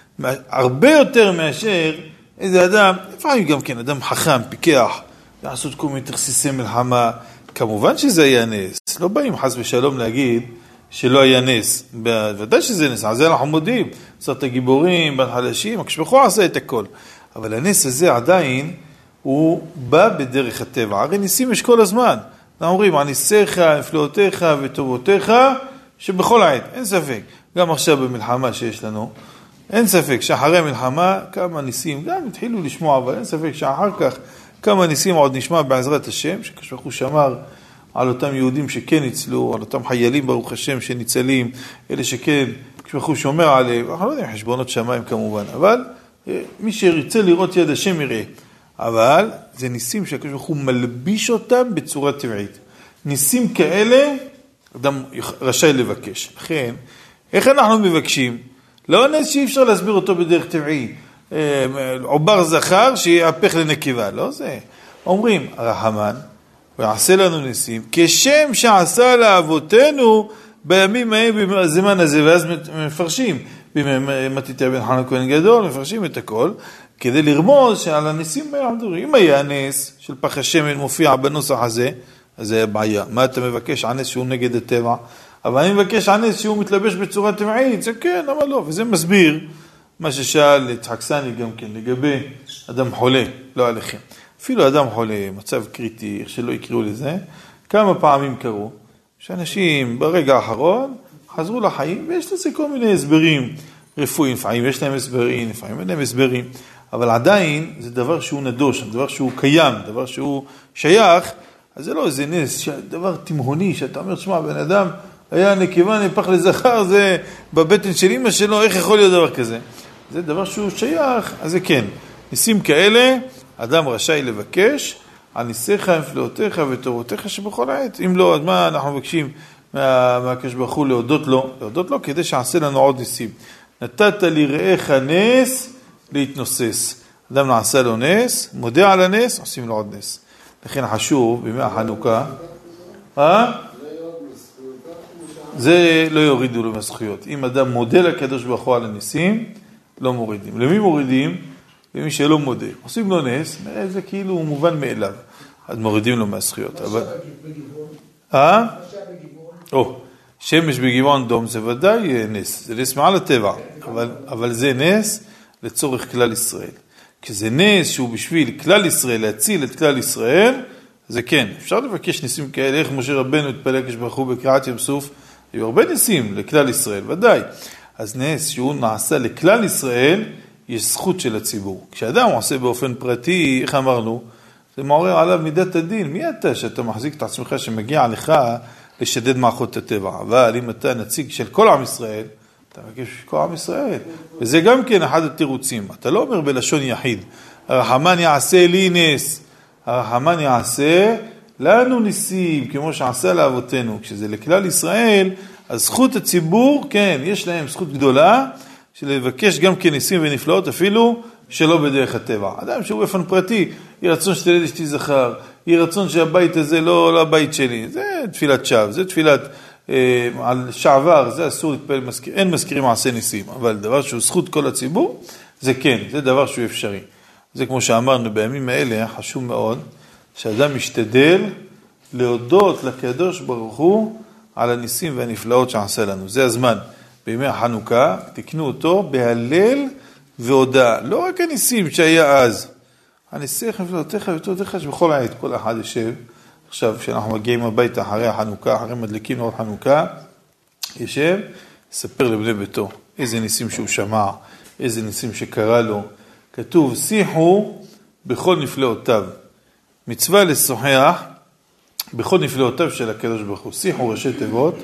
הרבה יותר מאשר איזה אדם, לפעמים גם כן, אדם חכם, פיקח, לעשות כל מיני תרסיסי מלחמה. כמובן שזה היה נס. לא באים חס ושלום להגיד שלא היה נס. בוודאי שזה נס. על זה אנחנו מודים. עשרת הגיבורים, בן חלשים, הקשבחו עשה את הכל. אבל הנס הזה עדיין, הוא בא בדרך הטבע. הרי ניסים יש כל הזמן. אנחנו אומרים, הניסיך, נפלאותיך וטובותיך, שבכל עת, אין ספק. גם עכשיו במלחמה שיש לנו, אין ספק שאחרי מלחמה, כמה ניסים, גם התחילו לשמוע, אבל אין ספק שאחר כך, כמה ניסים עוד נשמע בעזרת השם, שקשבחו שמר על אותם יהודים שכן ניצלו, על אותם חיילים ברוך השם שניצלים, אלה שכן, קשבחו שומר עליהם, אנחנו לא יודעים חשבונות שמיים כמובן, אבל מי שירצה לראות יד השם יראה. אבל זה ניסים שקשבחו מלביש אותם בצורה טבעית. ניסים כאלה, אדם רשאי לבקש. לכן, איך אנחנו מבקשים? לא נס שאי אפשר להסביר אותו בדרך טבעי. עובר זכר שיהפך לנקבה, לא זה. אומרים, רחמן, ויעשה לנו ניסים, כשם שעשה לאבותינו בימים ההם בזמן הזה, ואז מפרשים, מתתיה בן חנן כהן גדול, מפרשים את הכל, כדי לרמוז שעל הניסים ביעמדו. אם היה נס של פח השמן מופיע בנוסח הזה, אז זה היה בעיה. מה אתה מבקש? הנס שהוא נגד הטבע. אבל אני מבקש הנס שהוא מתלבש בצורה טבעית, זה כן, למה לא? וזה מסביר מה ששאל יצחק סני גם כן, לגבי אדם חולה, לא עליכם. אפילו אדם חולה, מצב קריטי, איך שלא יקראו לזה, כמה פעמים קרו, שאנשים ברגע האחרון חזרו לחיים, ויש לזה כל מיני הסברים רפואיים, לפעמים יש להם הסברים, לפעמים אין להם הסברים, אבל עדיין זה דבר שהוא נדוש, דבר שהוא קיים, דבר שהוא שייך, אז זה לא איזה נס, דבר תימהוני, שאתה אומר, שמע, בן אדם היה נקבה, נפח לזכר, זה בבטן של אמא שלו, איך יכול להיות דבר כזה? זה דבר שהוא שייך, אז זה כן. ניסים כאלה, אדם רשאי לבקש, על ניסיך, נפלאותיך ותורותיך שבכל העת. אם לא, אז מה אנחנו מבקשים מהקדוש ברוך הוא להודות לו? להודות לו כדי שעשה לנו עוד ניסים. נתת לי רעך נס להתנוסס. אדם נעשה לו נס, מודה על הנס, עושים לו עוד נס. לכן חשוב, בימי החנוכה, אה? זה לא יורידו לו מהזכויות. אם אדם מודה לקדוש ברוך הוא על הניסים, לא מורידים. למי מורידים? למי שלא מודה. עושים לו נס, זה כאילו מובן מאליו. אז מורידים לו מהזכויות. אבל... אה? או, שמש בגבעון דום זה ודאי נס, זה נס מעל הטבע, אבל, אבל זה נס לצורך כלל ישראל. כשזה נס שהוא בשביל כלל ישראל, להציל את כלל ישראל, זה כן. אפשר לבקש ניסים כאלה, איך משה רבנו התפלל כשברוך הוא בקריעת ים סוף, היו הרבה ניסים לכלל ישראל, ודאי. אז נס שהוא נעשה לכלל ישראל, יש זכות של הציבור. כשאדם עושה באופן פרטי, איך אמרנו? זה מעורר עליו מידת הדין. מי אתה שאתה מחזיק את עצמך שמגיע לך לשדד מערכות הטבע? אבל אם אתה נציג של כל עם ישראל, אתה מבקש כל עם ישראל. וזה גם כן אחד התירוצים. אתה לא אומר בלשון יחיד, הרחמן יעשה לי נס, הרחמן יעשה לנו ניסים, כמו שעשה לאבותינו. כשזה לכלל ישראל, אז זכות הציבור, כן, יש להם זכות גדולה, של לבקש גם כן ניסים ונפלאות, אפילו שלא בדרך הטבע. אדם שהוא באופן פרטי, יהיה רצון שתלד אשתי זכר, יהיה רצון שהבית הזה לא, לא הבית שלי. זה תפילת שווא, זה תפילת אה, על שעבר, זה אסור להתפעל, מזכיר, אין מזכירים מעשה ניסים, אבל דבר שהוא זכות כל הציבור, זה כן, זה דבר שהוא אפשרי. זה כמו שאמרנו בימים האלה, חשוב מאוד, שאדם משתדל להודות לקדוש ברוך הוא על הניסים והנפלאות שעשה לנו. זה הזמן. בימי החנוכה, תקנו אותו בהלל והודעה. לא רק הניסים שהיה אז. הניסים ונפלאותיך ותודותיך שבכל העת כל אחד יושב. עכשיו, כשאנחנו מגיעים הביתה אחרי החנוכה, אחרי מדליקים נרות חנוכה, יושב, ספר לבני ביתו איזה ניסים שהוא שמע, איזה ניסים שקרה לו. כתוב, שיחו בכל נפלאותיו. מצווה לשוחח בכל נפלאותיו של הקדוש ברוך הוא. שיחו ראשי תיבות,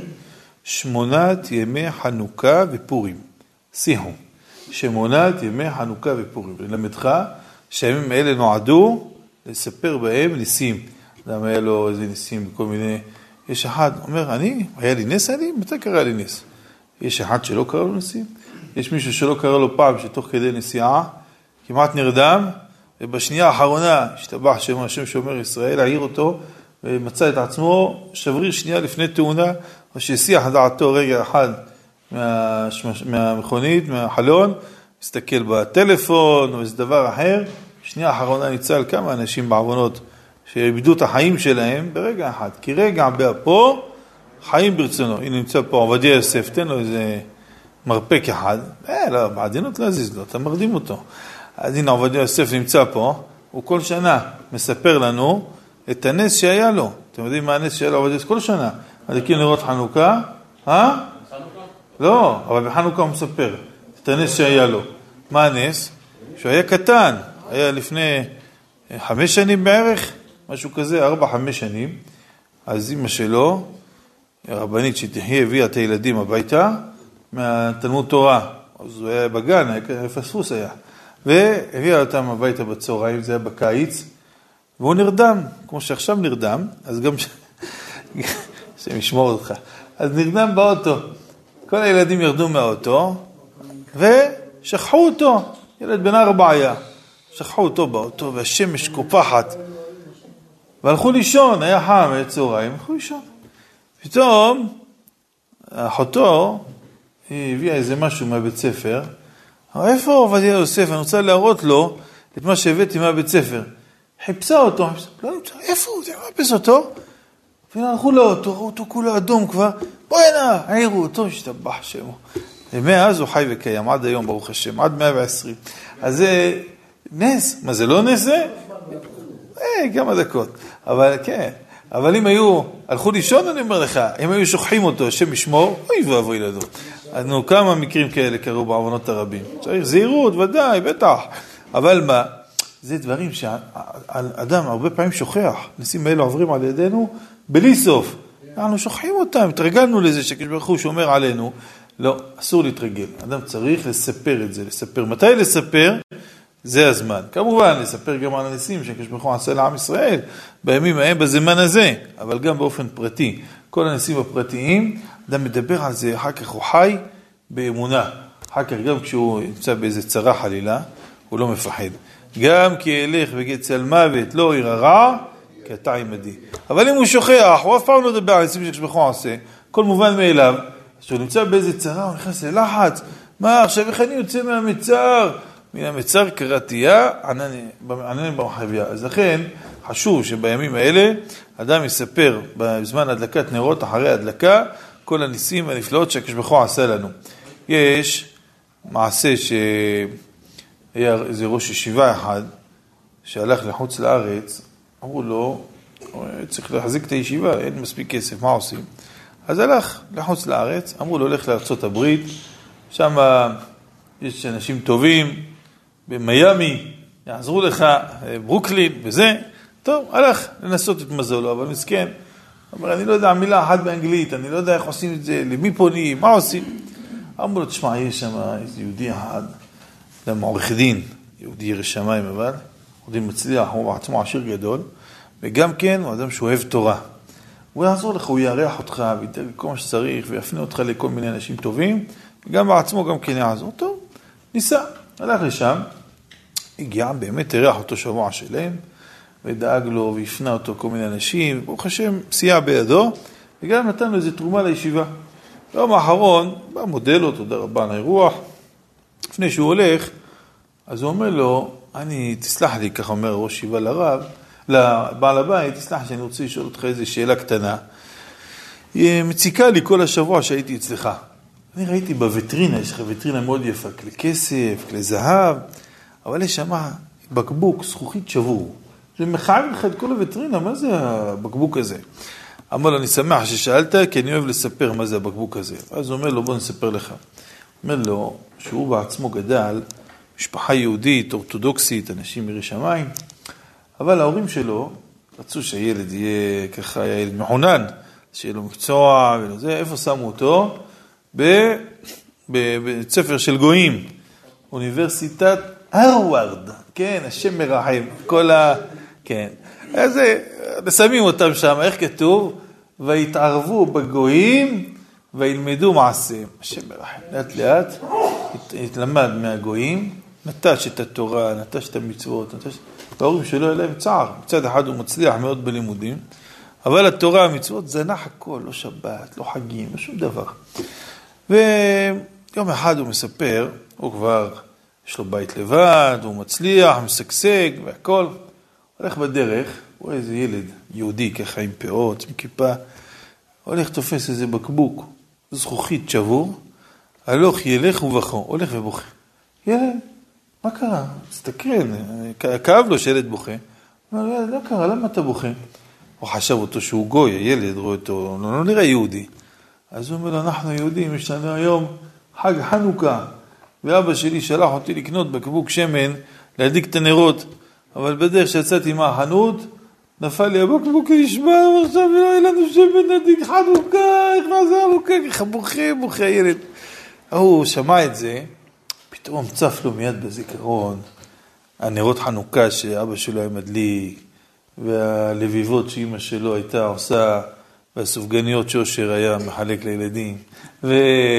שמונת ימי חנוכה ופורים. שיחו, שמונת ימי חנוכה ופורים. ללמדך שהימים האלה נועדו לספר בהם ניסים. למה היה לו איזה ניסים בכל מיני... יש אחד, אומר, אני, היה לי נס, אני, מתי קרה לי נס? יש אחד שלא קרה לו ניסים? יש מישהו שלא קרה לו פעם שתוך כדי נסיעה, כמעט נרדם, ובשנייה האחרונה השתבח שם השם שומר ישראל, העיר אותו, ומצא את עצמו שבריר שנייה לפני תאונה, או שהסיח דעתו רגע אחד מהשמש, מהמכונית, מהחלון, מסתכל בטלפון או איזה דבר אחר, שנייה האחרונה ניצל כמה אנשים בעוונות שאיבדו את החיים שלהם ברגע אחד, כי רגע באפו חיים ברצונו. הנה נמצא פה עובדיה יוסף, תן לו איזה מרפק אחד, אה, לא, בעדינות לא זיז לו, אתה מרדים אותו. אז הנה עובדיה יוסף נמצא פה, הוא כל שנה מספר לנו את הנס שהיה לו. אתם יודעים מה הנס שהיה לו עובדיה כל שנה? מדליקים נרות חנוכה, אה? לא, אבל בחנוכה הוא מספר את הנס שהיה לו. מה הנס? שהוא היה קטן, היה לפני חמש שנים בערך, משהו כזה, ארבע, חמש שנים. אז אמא שלו, הרבנית שתחיה, הביאה את הילדים הביתה מהתלמוד תורה. אז הוא היה בגן, היה פספוס היה. והביאה אותם הביתה בצהריים, זה היה בקיץ, והוא נרדם, כמו שעכשיו נרדם, אז גם ש... שמשמור אותך. אז נרדם באוטו. כל הילדים ירדו מהאוטו, ושכחו אותו. ילד בן ארבע היה. שכחו אותו באוטו, והשמש קופחת. והלכו לישון, היה חם, היה צהריים, הלכו לישון. פתאום, אחותו, היא הביאה איזה משהו מהבית ספר, אבל איפה עובדיה יוסף? אני רוצה להראות לו את מה שהבאתי מהבית ספר. חיפשה אותו, לא נמצא, איפה הוא? זה מחפש אותו? והלכו לאוטו, ראו אותו כולו אדום כבר, בואי הנה, העירו אותו, השתבח שמו. ומאז הוא חי וקיים, עד היום ברוך השם, עד מאה ועשרים. אז זה נס, מה זה לא נס זה? אה, כמה דקות, אבל כן. אבל אם היו, הלכו לישון, אני אומר לך, אם היו שוכחים אותו, השם ישמור, אוי ואבוי לדו. אז נו, כמה מקרים כאלה קרו בעוונות הרבים. צריך זהירות, ודאי, בטח. אבל מה? זה דברים שאדם הרבה פעמים שוכח. ניסים האלה עוברים על ידינו בלי סוף. אנחנו שוכחים אותם, התרגלנו לזה שכשברוך הוא שומר עלינו. לא, אסור להתרגל. אדם צריך לספר את זה, לספר. מתי לספר? זה הזמן. כמובן, לספר גם על הניסים שכשברוך הוא עשה לעם ישראל בימים ההם בזמן הזה, אבל גם באופן פרטי. כל הניסים הפרטיים, אדם מדבר על זה, אחר כך הוא חי באמונה. אחר כך גם כשהוא נמצא באיזה צרה חלילה, הוא לא מפחד. גם כי ילך בגץ על מוות, לא ירא רע, כי אתה עמדי. אבל אם הוא שוכח, הוא אף פעם לא מדבר על הניסים שכשברוך הוא עושה, כל מובן מאליו, כשהוא נמצא באיזה צרה, הוא נכנס ללחץ. מה, עכשיו איך אני יוצא מהמצר? מן המצר קראתיה, ענני במחביה. אז לכן, חשוב שבימים האלה אדם יספר בזמן הדלקת נרות, אחרי הדלקה, כל הניסים והנפלאות שהקדוש ברוך הוא עשה לנו. יש מעשה שהיה איזה ראש ישיבה אחד שהלך לחוץ לארץ, אמרו לו, צריך להחזיק את הישיבה, אין מספיק כסף, מה עושים? אז הלך לחוץ לארץ, אמרו לו, הולך לארצות הברית, שם יש אנשים טובים, במיימי, יעזרו לך, ברוקלין, וזה, טוב, הלך לנסות את מזולו, אבל מסכן, אומר, אני לא יודע מילה אחת באנגלית, אני לא יודע איך עושים את זה, למי פונים, מה עושים? אמרו לו, תשמע, יש שם איזה יהודי אחד, למה עורך דין, יהודי ירא שמיים אבל, עורך דין מצליח, הוא בעצמו עשיר גדול, וגם כן הוא אדם שאוהב תורה. הוא יעזור לך, הוא יארח אותך, ויתן כל מה שצריך, ויפנה אותך לכל מיני אנשים טובים, וגם בעצמו גם כן יעזור. טוב, ניסה, הלך לשם, הגיע, באמת הרח אותו שבוע שלם, ודאג לו והפנה אותו כל מיני אנשים, ברוך השם סייע בידו, וגם נתן לו איזו תרומה לישיבה. ביום האחרון, בא מודה לו, תודה רבה על האירוח, לפני שהוא הולך, אז הוא אומר לו, אני, תסלח לי, ככה אומר ראש ישיבה לרב, לבעל הבית, תסלח שאני רוצה לשאול אותך איזו שאלה קטנה. היא מציקה לי כל השבוע שהייתי אצלך. אני ראיתי בווטרינה, יש לך ווטרינה מאוד יפה, כלי כסף, כלי זהב, אבל יש שם בקבוק, זכוכית שבור. זה מחייב לך את כל הווטרינה, מה זה הבקבוק הזה? אמר לו, אני שמח ששאלת, כי אני אוהב לספר מה זה הבקבוק הזה. אז הוא אומר לו, בוא נספר לך. אומר לו, שהוא בעצמו גדל, משפחה יהודית, אורתודוקסית, אנשים יראי שמיים, אבל ההורים שלו רצו שהילד יהיה ככה, ילד מחונן, שיהיה לו מקצוע וזה, איפה שמו אותו? בבית ספר של גויים, אוניברסיטת הרווארד, כן, השם מרחם, כל ה... כן, אז שמים אותם שם, איך כתוב? והתערבו בגויים וילמדו מעשיהם. השם מרחם, לאט לאט התלמד מהגויים, נטש את התורה, נטש את המצוות, נטש... וההורים שלו היה להם צער. מצד אחד הוא מצליח מאוד בלימודים, אבל התורה, המצוות, זנח הכל, לא שבת, לא חגים, לא שום דבר. ויום אחד הוא מספר, הוא כבר, יש לו בית לבד, הוא מצליח, משגשג והכל. הולך בדרך, הוא איזה ילד יהודי ככה עם פאות, עם כיפה, הולך תופס איזה בקבוק, זכוכית שבור, הלוך ילך ובכו, הולך ובוכה. ילד, מה קרה? תסתכל, כאב לו שילד בוכה. הוא אומר, ילד, לא קרה, למה אתה בוכה? הוא חשב אותו שהוא גוי, הילד רואה אותו, לא, לא נראה יהודי. אז הוא אומר לו, אנחנו יהודים, יש לנו היום חג חנוכה, ואבא שלי שלח אותי לקנות בקבוק שמן, להדליק את הנרות, אבל בדרך שיצאתי מהחנות, נפל לי הבקבוק נשבר, ועכשיו לא היה לנו שמן להדליק חנוכה, איך נעזר לו ככה, בוכה, בוכה הילד. הוא שמע את זה, פתאום צף לו מיד בזיכרון, הנרות חנוכה שאבא שלו היה מדליק, והלביבות שאמא שלו הייתה עושה, והסופגניות שושר היה מחלק לילדים, ו...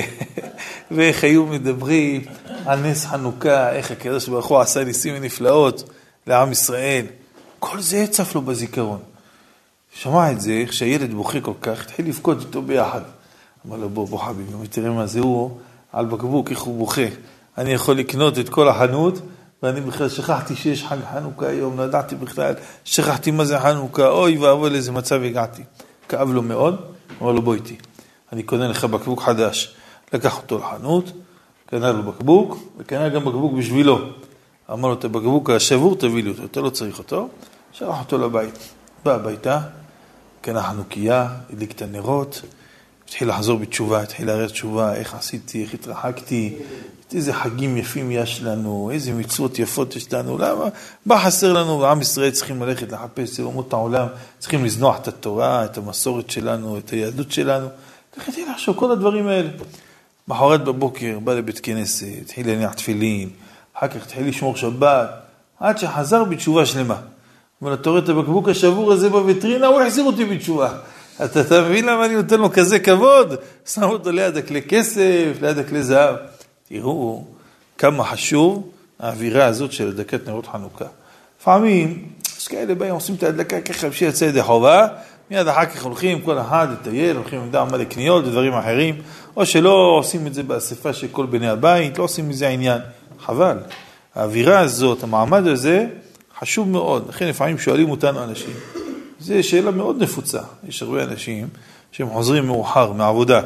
ואיך היו מדברים על נס חנוכה, איך הקדוש ברוך הוא עשה ניסים ונפלאות לעם ישראל. כל זה צף לו בזיכרון. שמע את זה, איך שהילד בוכה כל כך, התחיל לבכות איתו ביחד. אמר לו, בוא, בוא חביבי, תראה מה זה הוא, על בקבוק, איך הוא בוכה. אני יכול לקנות את כל החנות, ואני בכלל שכחתי שיש חג חנוכה היום, לא ידעתי בכלל, שכחתי מה זה חנוכה, אוי ואבוי לאיזה מצב הגעתי. כאב לו מאוד, אמר לו בוא איתי, אני קונה לך בקבוק חדש. לקח אותו לחנות, קנה לו בקבוק, וקנה גם בקבוק בשבילו. אמר לו את הבקבוק השבור תביא לי אותו, אתה לא צריך אותו, שלח אותו לבית. בא הביתה, קנה חנוכיה, הדליק את הנרות, התחיל לחזור בתשובה, התחיל להראה תשובה, איך עשיתי, איך התרחקתי, איזה חגים יפים יש לנו, איזה מצוות יפות יש לנו, למה? מה חסר לנו? בעם ישראל צריכים ללכת לחפש אומות העולם, צריכים לזנוח את התורה, את המסורת שלנו, את היהדות שלנו. ככה התחיל לחשוב כל הדברים האלה. מחרת בבוקר בא לבית כנסת, התחיל להניח תפילין, אחר כך התחיל לשמור שבת, עד שחזר בתשובה שלמה. אבל אתה רואה את הבקבוק השבור הזה בווטרינה, הוא החזיר אותי בתשובה. אתה, אתה מבין למה אני נותן לו כזה כבוד? שם אותו ליד הכלי כסף, ליד הכלי זהב. תראו כמה חשוב האווירה הזאת של הדלקת נרות חנוכה. לפעמים, יש כאלה באים, עושים את ההדלקה ככה בשביל יצא ידי חובה, מיד אחר כך הולכים כל אחד לטייל, הולכים לדע מה לקניות ודברים אחרים, או שלא עושים את זה באספה של כל בני הבית, לא עושים מזה עניין. חבל. האווירה הזאת, המעמד הזה, חשוב מאוד, לכן לפעמים שואלים אותנו אנשים, זו שאלה מאוד נפוצה, יש הרבה אנשים שהם חוזרים מאוחר מהעבודה,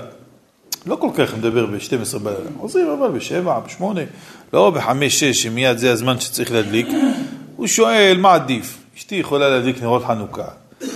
לא כל כך מדבר ב-שתים עשרה בלילה, חוזרים אבל ב-שבע, ב-שמונה, לא ב-חמש שש, שמיד זה הזמן שצריך להדליק, הוא שואל מה עדיף, אשתי יכולה להדליק נרות חנוכה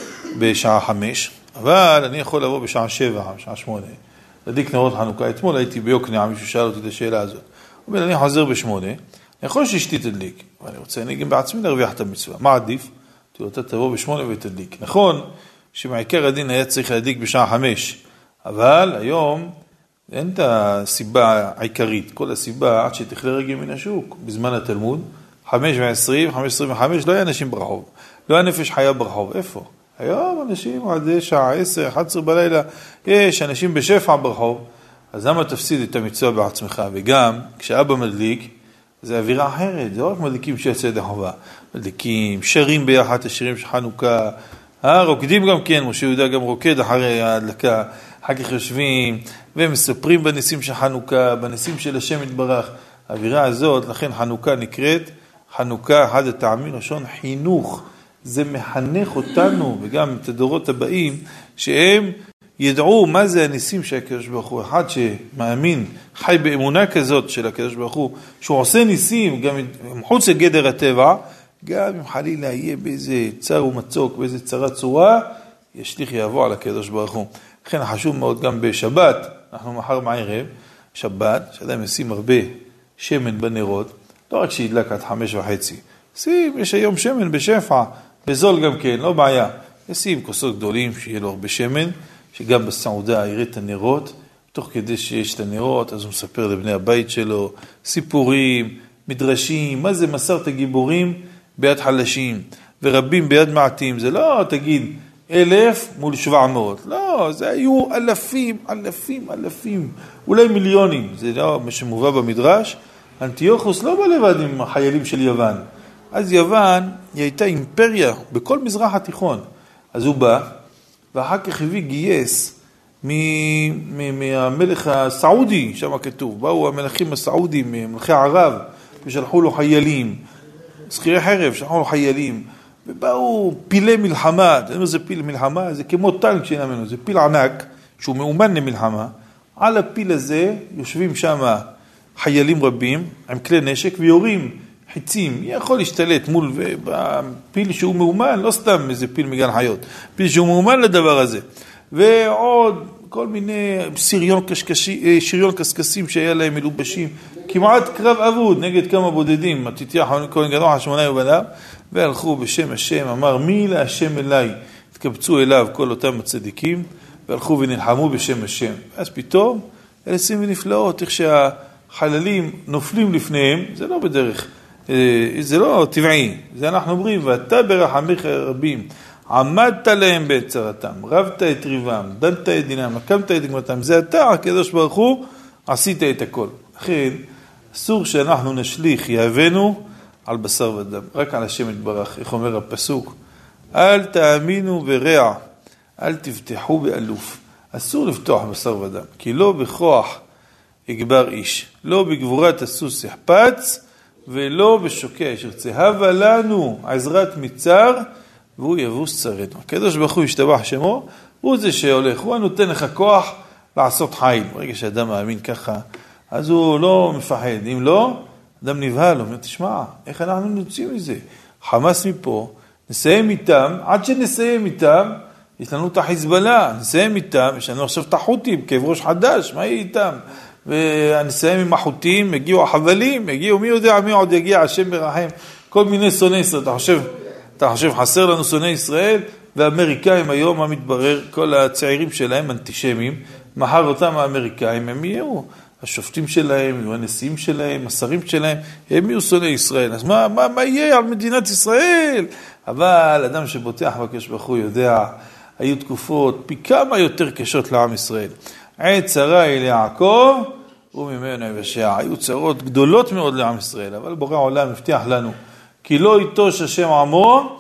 בשעה חמש, אבל אני יכול לבוא בשעה שבע, בשעה שמונה, להדליק נרות חנוכה, אתמול הייתי ביוקנעם, מישהו שאל אותי את השאלה הזאת, הוא אומר, אני חוזר בשמונה, אני יכול שאשתי תדליק, ואני רוצה אני גם בעצמי להרוויח את המצווה, מה עדיף? אתה תבוא בשמונה ותדליק. נכון שמעיקר הדין היה צריך להדליק בשעה חמש, אבל היום אין את הסיבה העיקרית, כל הסיבה עד שתכלה רגל מן השוק, בזמן התלמוד, חמש ועשרים, חמש עשרים וחמש, לא היה אנשים ברחוב, לא היה נפש חיה ברחוב, איפה? היום אנשים עד שעה עשר, אחת עשרה בלילה, יש אנשים בשפע ברחוב, אז למה תפסיד את המצווה בעצמך? וגם כשאבא מדליק, זה אווירה אחרת, זה לא רק מדליקים שיצא ידי חובה, מדליקים, שרים ביחד השירים של חנוכה, אה, רוקדים גם כן, משה יהודה גם רוקד אחרי ההדלקה, אחר כך יושבים ומספרים בניסים של חנוכה, בניסים של השם יתברך, האווירה הזאת, לכן חנוכה נקראת, חנוכה אחד הטעמים לשון חינוך, זה מחנך אותנו וגם את הדורות הבאים, שהם ידעו מה זה הניסים של הקדוש ברוך הוא, אחד שמאמין, חי באמונה כזאת של הקדוש ברוך הוא, שהוא עושה ניסים גם מחוץ לגדר הטבע, גם אם חלילה יהיה באיזה צר ומצוק, באיזה צרה צורה, ישליך יבוא על הקדוש ברוך הוא. לכן חשוב מאוד גם בשבת, אנחנו מחר מערב, שבת, שאדם ישים הרבה שמן בנרות, לא רק שידלק עד חמש וחצי, שים, יש היום שמן בשפע, בזול גם כן, לא בעיה, ישים כוסות גדולים שיהיה לו הרבה שמן, שגם בסעודה יראה את הנרות, תוך כדי שיש את הנרות, אז הוא מספר לבני הבית שלו, סיפורים, מדרשים, מה זה מסרת הגיבורים ביד חלשים, ורבים ביד מעטים, זה לא תגיד אלף מול שבע מאות, לא, זה היו אלפים, אלפים, אלפים, אולי מיליונים, זה לא מה שמובא במדרש, אנטיוכוס לא בא לבד עם החיילים של יוון, אז יוון היא הייתה אימפריה בכל מזרח התיכון, אז הוא בא, ואחר כך הביא גייס מהמלך הסעודי, שם כתוב, באו המלכים הסעודים, מלכי ערב, ושלחו לו חיילים, זכירי חרב, שלחו לו חיילים, ובאו פילי מלחמה, אתה יודע מה זה פיל מלחמה? זה כמו טנק שאין ממנו, זה פיל ענק, שהוא מאומן למלחמה, על הפיל הזה יושבים שם חיילים רבים, עם כלי נשק, ויורים חיצים, יכול להשתלט מול פיל שהוא מאומן, לא סתם איזה פיל מגן חיות, פיל שהוא מאומן לדבר הזה, ועוד כל מיני שריון קשקשי, שריון קסקסים שהיה להם מלובשים, כמעט קרב אבוד נגד כמה בודדים, מתתיח כהן גדול השמונה ובניו, והלכו בשם השם, אמר מי להשם אליי, התקבצו אליו כל אותם הצדיקים, והלכו ונלחמו בשם השם, אז פתאום אלה שים ונפלאות, איך שהחללים נופלים לפניהם, זה לא בדרך, זה לא טבעי, זה אנחנו אומרים, ואתה ברחמיך רבים, עמדת להם בצרתם, רבת את ריבם, דנת את דינם, הקמת את דגמתם, זה אתה, הקדוש ברוך הוא, עשית את הכל. לכן, אסור שאנחנו נשליך יהבנו על בשר ודם, רק על השם יתברך, איך אומר הפסוק, אל תאמינו ברע, אל תבטחו באלוף, אסור לפתוח בשר ודם, כי לא בכוח יגבר איש, לא בגבורת הסוס יחפץ, ולא בשוקע אשר צהבה לנו עזרת מצר, והוא יבוס צרינו. הקדוש ברוך הוא ישתבח שמו, הוא זה שהולך, הוא נותן לך כוח לעשות חיל. ברגע שאדם מאמין ככה, אז הוא לא מפחד. אם לא, אדם נבהל, הוא אומר, תשמע, איך אנחנו נוצאים מזה? חמאס מפה, נסיים איתם, עד שנסיים איתם, יש לנו את החיזבאללה, נסיים איתם, יש לנו עכשיו את החות'ים, כאב ראש חדש, מה יהיה איתם? ונסיים עם החות'ים, הגיעו החבלים, הגיעו, מי יודע מי עוד יגיע, השם ברחם, כל מיני שונאי ישראל, אתה חושב, אתה חושב חסר לנו שונאי ישראל, והאמריקאים היום, מה מתברר, כל הצעירים שלהם אנטישמים, מחר אותם האמריקאים, הם יהיו השופטים שלהם, יהיו הנשיאים שלהם, השרים שלהם, הם יהיו שונאי ישראל, אז מה, מה, מה יהיה על מדינת ישראל? אבל אדם שבוטח בקדוש ברוך הוא יודע, היו תקופות פי כמה יותר קשות לעם ישראל. עת צרה אל יעקב וממנו יבשע. היו צרות גדולות מאוד לעם ישראל, אבל בורא העולם הבטיח לנו, כי לא יטוש השם עמו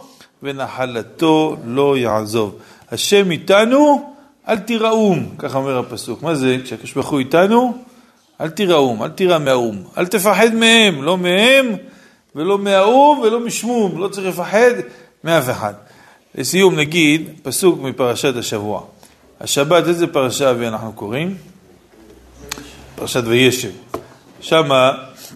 ונחלתו לא יעזוב. השם איתנו, אל תיראום, כך אומר הפסוק. מה זה? כשהקדוש ברוך הוא איתנו, אל תיראום, אל תירא מהאום, אל תפחד מהם, לא מהם ולא מהאום ולא משמום, לא צריך לפחד מאף אחד. לסיום נגיד פסוק מפרשת השבוע. השבת, איזה פרשה ואנחנו קוראים? פרשת וישב. שמה,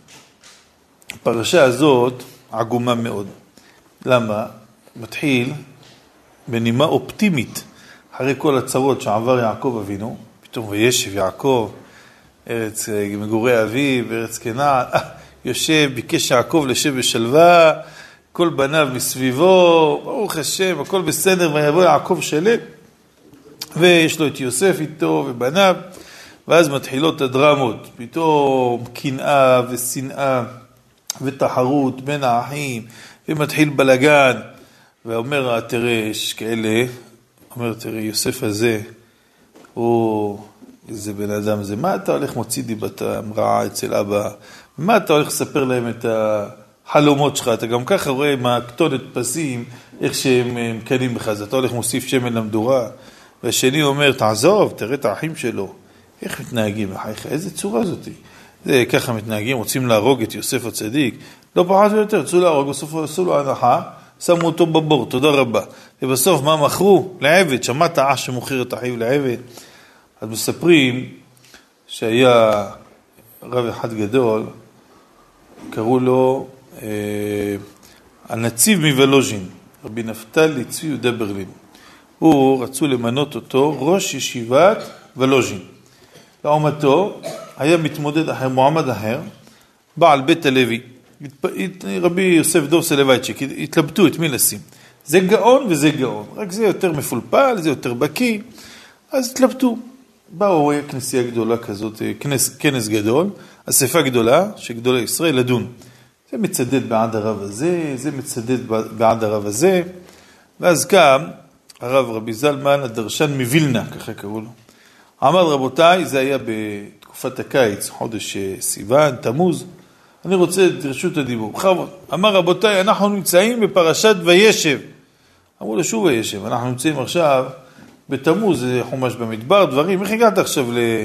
הפרשה הזאת עגומה מאוד. למה? מתחיל בנימה אופטימית, אחרי כל הצרות שעבר יעקב אבינו, פתאום וישב יעקב, ארץ מגורי אביו, ארץ כנען, יושב, ביקש יעקב לשב בשלווה, כל בניו מסביבו, ברוך השם, הכל בסדר, ויבוא יעקב שלם, ויש לו את יוסף איתו ובניו, ואז מתחילות הדרמות, פתאום קנאה ושנאה ותחרות בין האחים, ומתחיל בלגן, ואומר, תראה, יש כאלה, אומר, תראה, יוסף הזה, הוא, איזה בן אדם זה, מה אתה הולך מוציא דיבתם רעה אצל אבא? מה אתה הולך לספר להם את החלומות שלך? אתה גם ככה רואה מהכתונת פסים, איך שהם מקנים בך, אז אתה הולך מוסיף שמן למדורה, והשני אומר, תעזוב, תראה את האחים שלו, איך מתנהגים לחייך? איזה צורה זאת היא? זה ככה מתנהגים, רוצים להרוג את יוסף הצדיק, לא פחות ויותר, רצו להרוג, בסוף עשו לו הנחה, שמו אותו בבור, תודה רבה. ובסוף מה מכרו? לעבד, שמעת אח שמוכר את אחיו לעבד. אז מספרים שהיה רב אחד גדול, קראו לו אה, הנציב מוולוז'ין, רבי נפתלי צבי יהודה ברלין. הוא רצו למנות אותו ראש ישיבת וולוז'ין. לעומתו היה מתמודד אחר, מועמד אחר, בעל בית הלוי. רבי יוסף דוב סלווייצ'יק, התלבטו את מי לשים. זה גאון וזה גאון, רק זה יותר מפולפל, זה יותר בקי, אז התלבטו. באו כנסייה גדולה כזאת, כנס, כנס גדול, אספה גדולה, שגדולי ישראל לדון. זה מצדד בעד הרב הזה, זה מצדד בעד הרב הזה, ואז קם הרב רבי זלמן הדרשן מווילנה, ככה קראו לו. אמר רבותיי, זה היה בתקופת הקיץ, חודש סיוון, תמוז, אני רוצה את רשות הדיבור. בכבוד. אמר רבותיי, אנחנו נמצאים בפרשת וישב. אמרו לו שוב וישב, אנחנו נמצאים עכשיו בתמוז, זה חומש במדבר, דברים, איך הגעת עכשיו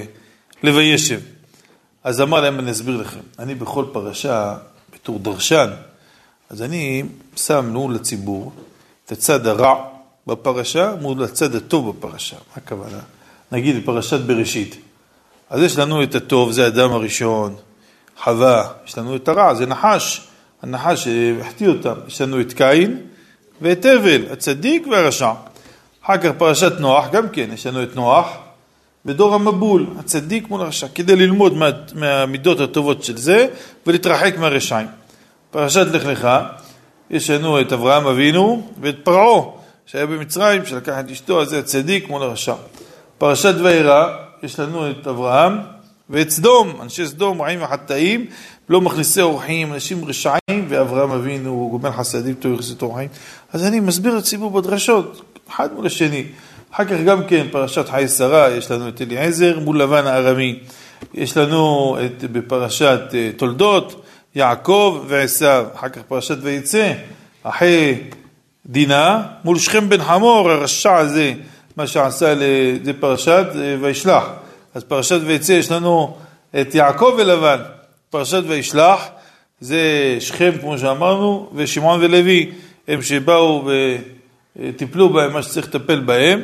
לוישב? אז אמר להם, אני אסביר לכם, אני בכל פרשה, בתור דרשן, אז אני שם מול לציבור את הצד הרע בפרשה, מול הצד הטוב בפרשה. מה הכוונה? נגיד בפרשת בראשית. אז יש לנו את הטוב, זה האדם הראשון, חווה, יש לנו את הרע, זה נחש, הנחש שהחטיא אותם, יש לנו את קין ואת הבל, הצדיק והרשע. אחר כך פרשת נוח, גם כן, יש לנו את נוח ודור המבול, הצדיק מול הרשע, כדי ללמוד מה, מהמידות הטובות של זה ולהתרחק מהרשעים. פרשת לך לך, יש לנו את אברהם אבינו ואת פרעה, שהיה במצרים, שלקח את אשתו, אז זה הצדיק מול הרשע. פרשת וירא, יש לנו את אברהם ואת סדום, אנשי סדום, רעים וחטאים, לא מכניסי אורחים, אנשים רשעים, ואברהם אבינו, גומל חסדים, טוב יחסית אורחים. אז אני מסביר לציבור בדרשות, אחד מול השני. אחר כך גם כן, פרשת חיי שרה, יש לנו את אליעזר מול לבן הארמי. יש לנו את, בפרשת תולדות, יעקב ועשיו. אחר כך פרשת ויצא, אחרי דינה, מול שכם בן חמור, הרשע הזה, מה שעשה לפרשת וישלח. אז פרשת ויצא יש לנו את יעקב ולבן, פרשת וישלח זה שכם כמו שאמרנו, ושמעון ולוי הם שבאו וטיפלו בהם מה שצריך לטפל בהם,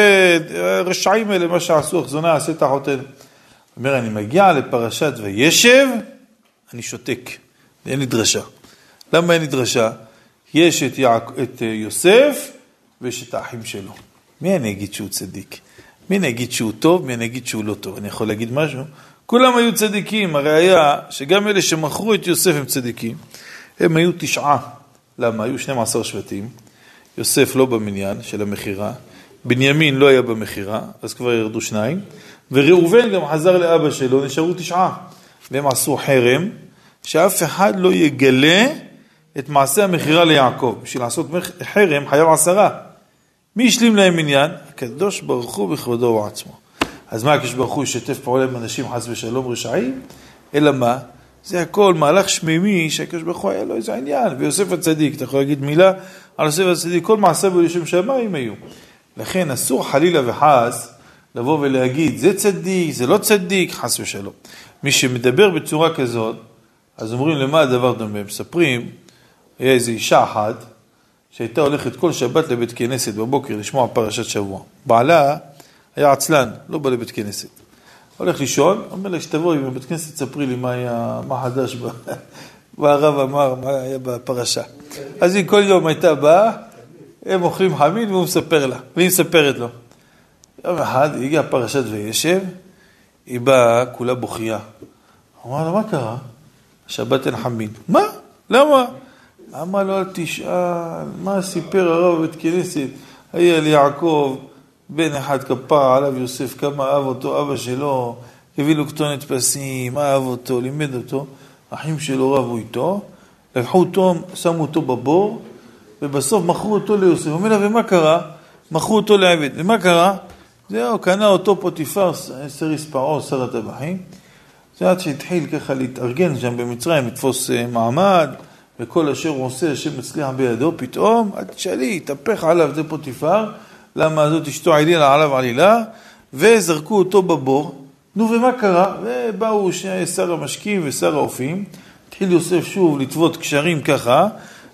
ורשעים האלה מה שעשו אחזונה עשה תחותינו. אומר אני מגיע לפרשת וישב, אני שותק, אין לי דרשה. למה אין לי דרשה? יש את, יעק... את יוסף ויש את האחים שלו. מי אני אגיד שהוא צדיק? מי נגיד שהוא טוב, מי נגיד שהוא לא טוב? אני יכול להגיד משהו? כולם היו צדיקים, הרי היה שגם אלה שמכרו את יוסף הם צדיקים. הם היו תשעה. למה? היו שנים עשר שבטים. יוסף לא במניין של המחירה. בנימין לא היה במחירה, אז כבר ירדו שניים. וראובן גם חזר לאבא שלו, נשארו תשעה. והם עשו חרם, שאף אחד לא יגלה את מעשה המחירה ליעקב. בשביל לעשות חרם חייב עשרה. מי ישלים להם עניין? הקדוש ברוך הוא בכבודו ועצמו. אז מה הקדוש ברוך הוא ישתף פעולה עם אנשים חס ושלום רשעים? אלא מה? זה הכל מהלך שמימי שהקדוש ברוך הוא היה לו איזה עניין. ויוסף הצדיק, אתה יכול להגיד מילה על יוסף הצדיק, כל מעשה בלשם שמיים היו. לכן אסור חלילה וחס לבוא ולהגיד זה צדיק, זה לא צדיק, חס ושלום. מי שמדבר בצורה כזאת, אז אומרים למה הדבר דומה? מספרים, היה איזו אישה אחת, שהייתה הולכת כל שבת לבית כנסת בבוקר לשמוע פרשת שבוע. בעלה היה עצלן, לא בא לבית כנסת. הולך לישון, אומר לה, שתבואי בבית כנסת, ספרי לי מה היה, מה חדש בה, והרב אמר, מה היה בפרשה. אז היא כל יום הייתה באה, הם אוכלים חמין והוא מספר לה, והיא מספרת לו. יום אחד הגיעה פרשת וישב, היא באה כולה בוכייה. אמרה לה, מה קרה? השבת אין חמין. מה? למה? אמר לו, אל תשאל, מה סיפר הרב בבית כנסת? היה לי יעקב, בן אחד כפר עליו יוסף, כמה אהב אותו, אבא שלו, הביא לו כתונת פסים, אהב אותו, לימד אותו, אחים שלו רבו איתו, לקחו אותו, שמו אותו בבור, ובסוף מכרו אותו ליוסף. אומר לה, ומה קרה? מכרו אותו לעבד. ומה קרה? זהו, קנה אותו פוטיפר, סריס פרעה, שר הטבחים. זה עד שהתחיל ככה להתארגן שם במצרים, לתפוס מעמד, וכל אשר הוא עושה, השם מצליח בידו, פתאום, עד שלי, התהפך עליו, זה פוטיפר, למה זאת אשתו עלילה עליו עלילה, וזרקו אותו בבור. נו, ומה קרה? ובאו שר המשקים ושר האופים, התחיל יוסף שוב לטוות קשרים ככה,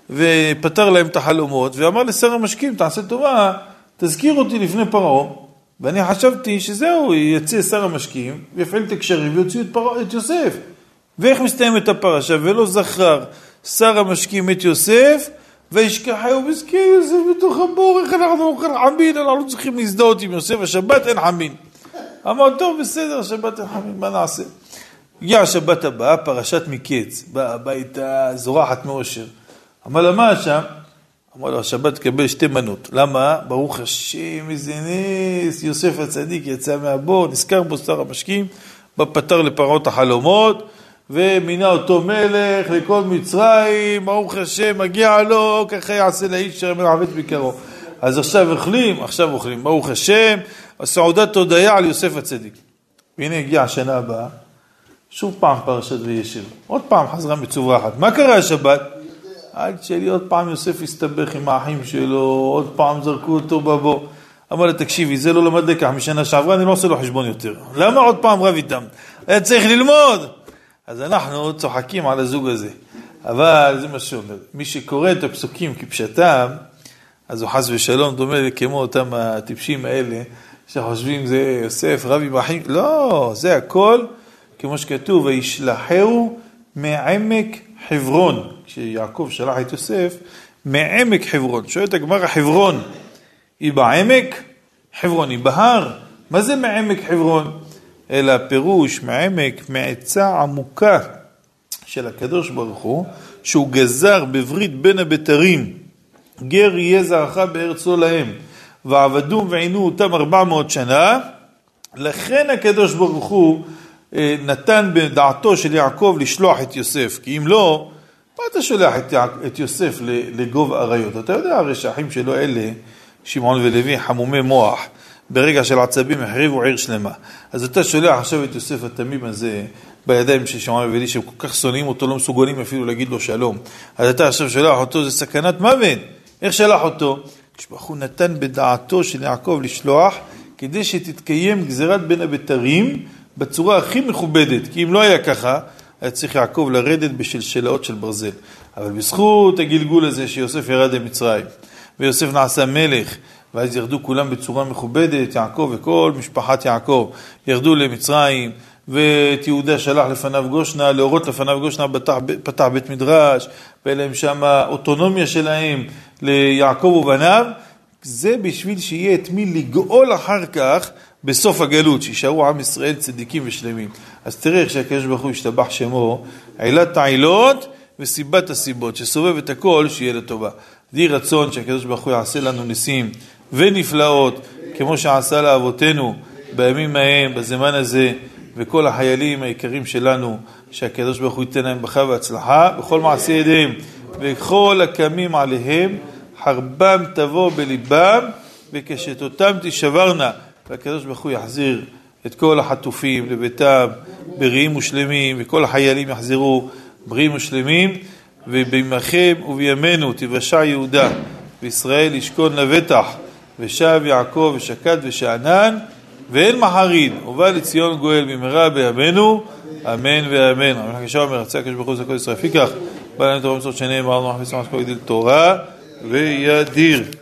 ופתר להם את החלומות, ואמר לשר המשקים, תעשה טובה, תזכיר אותי לפני פרעה. ואני חשבתי שזהו, יצא שר המשקים, ויפעיל את הקשרים ויוציאו את, פרעה, את יוסף. ואיך מסתיים את הפרשה? ולא זכר שר המשקים את יוסף, וישכחהו בזכיר יוסף בתוך הבור, איך אנחנו אוכל חמין, אנחנו צריכים להזדהות עם יוסף, השבת אין חמין. אמר, טוב, בסדר, השבת אין חמין, מה נעשה? הגיעה השבת הבאה, פרשת מקץ, באה הביתה זורחת מאושר. אמר לה, מה שם? אמר לו, השבת תקבל שתי מנות. למה? ברוך השם, איזה נס, יוסף הצדיק יצא מהבור, נזכר בו שר המשקים, בפתר לפרעות החלומות, ומינה אותו מלך לכל מצרים, ברוך השם, מגיע לו, ככה יעשה לאיש שרמן עבד בקרו. אז עכשיו אוכלים, עכשיו אוכלים, ברוך השם, הסעודת תודיה על יוסף הצדיק. והנה הגיעה השנה הבאה, שוב פעם פרשת וישב, עוד פעם חזרה מצוברחת. מה קרה השבת? עד שלי עוד פעם יוסף הסתבך עם האחים שלו, עוד פעם זרקו אותו בבור. אמר לה, תקשיבי, זה לא למד לקח משנה שעברה, אני לא עושה לו חשבון יותר. למה עוד פעם רב איתם? היה צריך ללמוד. אז אנחנו צוחקים על הזוג הזה. אבל זה מה שאומר, מי שקורא את הפסוקים כפשטם, אז הוא חס ושלום דומה כמו אותם הטיפשים האלה, שחושבים זה יוסף, רב עם האחים. לא, זה הכל, כמו שכתוב, וישלחהו מעמק חברון. כשיעקב שלח את יוסף, מעמק חברון. שואלת הגמרא, חברון היא בעמק? חברון היא בהר. מה זה מעמק חברון? אלא פירוש מעמק, מעצה עמוקה של הקדוש ברוך הוא, שהוא גזר בברית בין הבתרים, גר יהיה זרעך בארצו להם, ועבדום ועינו אותם ארבע מאות שנה, לכן הקדוש ברוך הוא נתן בדעתו של יעקב לשלוח את יוסף, כי אם לא, מה אתה שולח את, את יוסף לגוב אריות? אתה יודע הרי שהאחים שלו אלה, שמעון ולוי, חמומי מוח, ברגע של עצבים החריבו עיר שלמה. אז אתה שולח עכשיו את יוסף התמים הזה בידיים של שמעון ולוי, שהם כל כך שונאים אותו, לא מסוגלים אפילו להגיד לו שלום. אז אתה עכשיו שולח אותו, זה סכנת מוות. איך שלח אותו? כשבחור נתן בדעתו של יעקב לשלוח, כדי שתתקיים גזירת בין הבתרים בצורה הכי מכובדת. כי אם לא היה ככה, היה צריך יעקב לרדת בשלשלאות של ברזל. אבל בזכות הגלגול הזה שיוסף ירד למצרים, ויוסף נעשה מלך, ואז ירדו כולם בצורה מכובדת, יעקב וכל משפחת יעקב ירדו למצרים, ואת יהודה שלח לפניו גושנה, להורות לפניו גושנה, פתח, פתח בית מדרש, והיה להם שם אוטונומיה שלהם ליעקב ובניו. זה בשביל שיהיה את מי לגאול אחר כך בסוף הגלות, שישארו עם ישראל צדיקים ושלמים. אז תראה איך שהקדוש ברוך הוא ישתבח שמו, עילת העילות וסיבת הסיבות, שסובב את הכל שיהיה לטובה. די רצון שהקדוש ברוך הוא יעשה לנו ניסים ונפלאות, כמו שעשה לאבותינו בימים ההם, בזמן הזה, וכל החיילים היקרים שלנו, שהקדוש ברוך הוא ייתן להם ברכה והצלחה, בכל מעשי ידיהם, וכל הקמים עליהם, חרבם תבוא בליבם, וכשתותם תשברנה, והקדוש ברוך הוא יחזיר את כל החטופים לביתם, בריאים ושלמים, וכל החיילים יחזרו בריאים ושלמים, ובימכם ובימינו תבשע יהודה, וישראל ישכון לבטח, ושב יעקב ושקד ושענן, ואין מחריד, ובא לציון גואל במהרה בימינו, אמן ואמן. רבי חקשה אומר, רצה הקדוש ברוך הוא זה כל ישראל, לפי כך, בא לנו תורה מצוות שנאמר, אנחנו מחפשים את כל גידול תורה וידיר.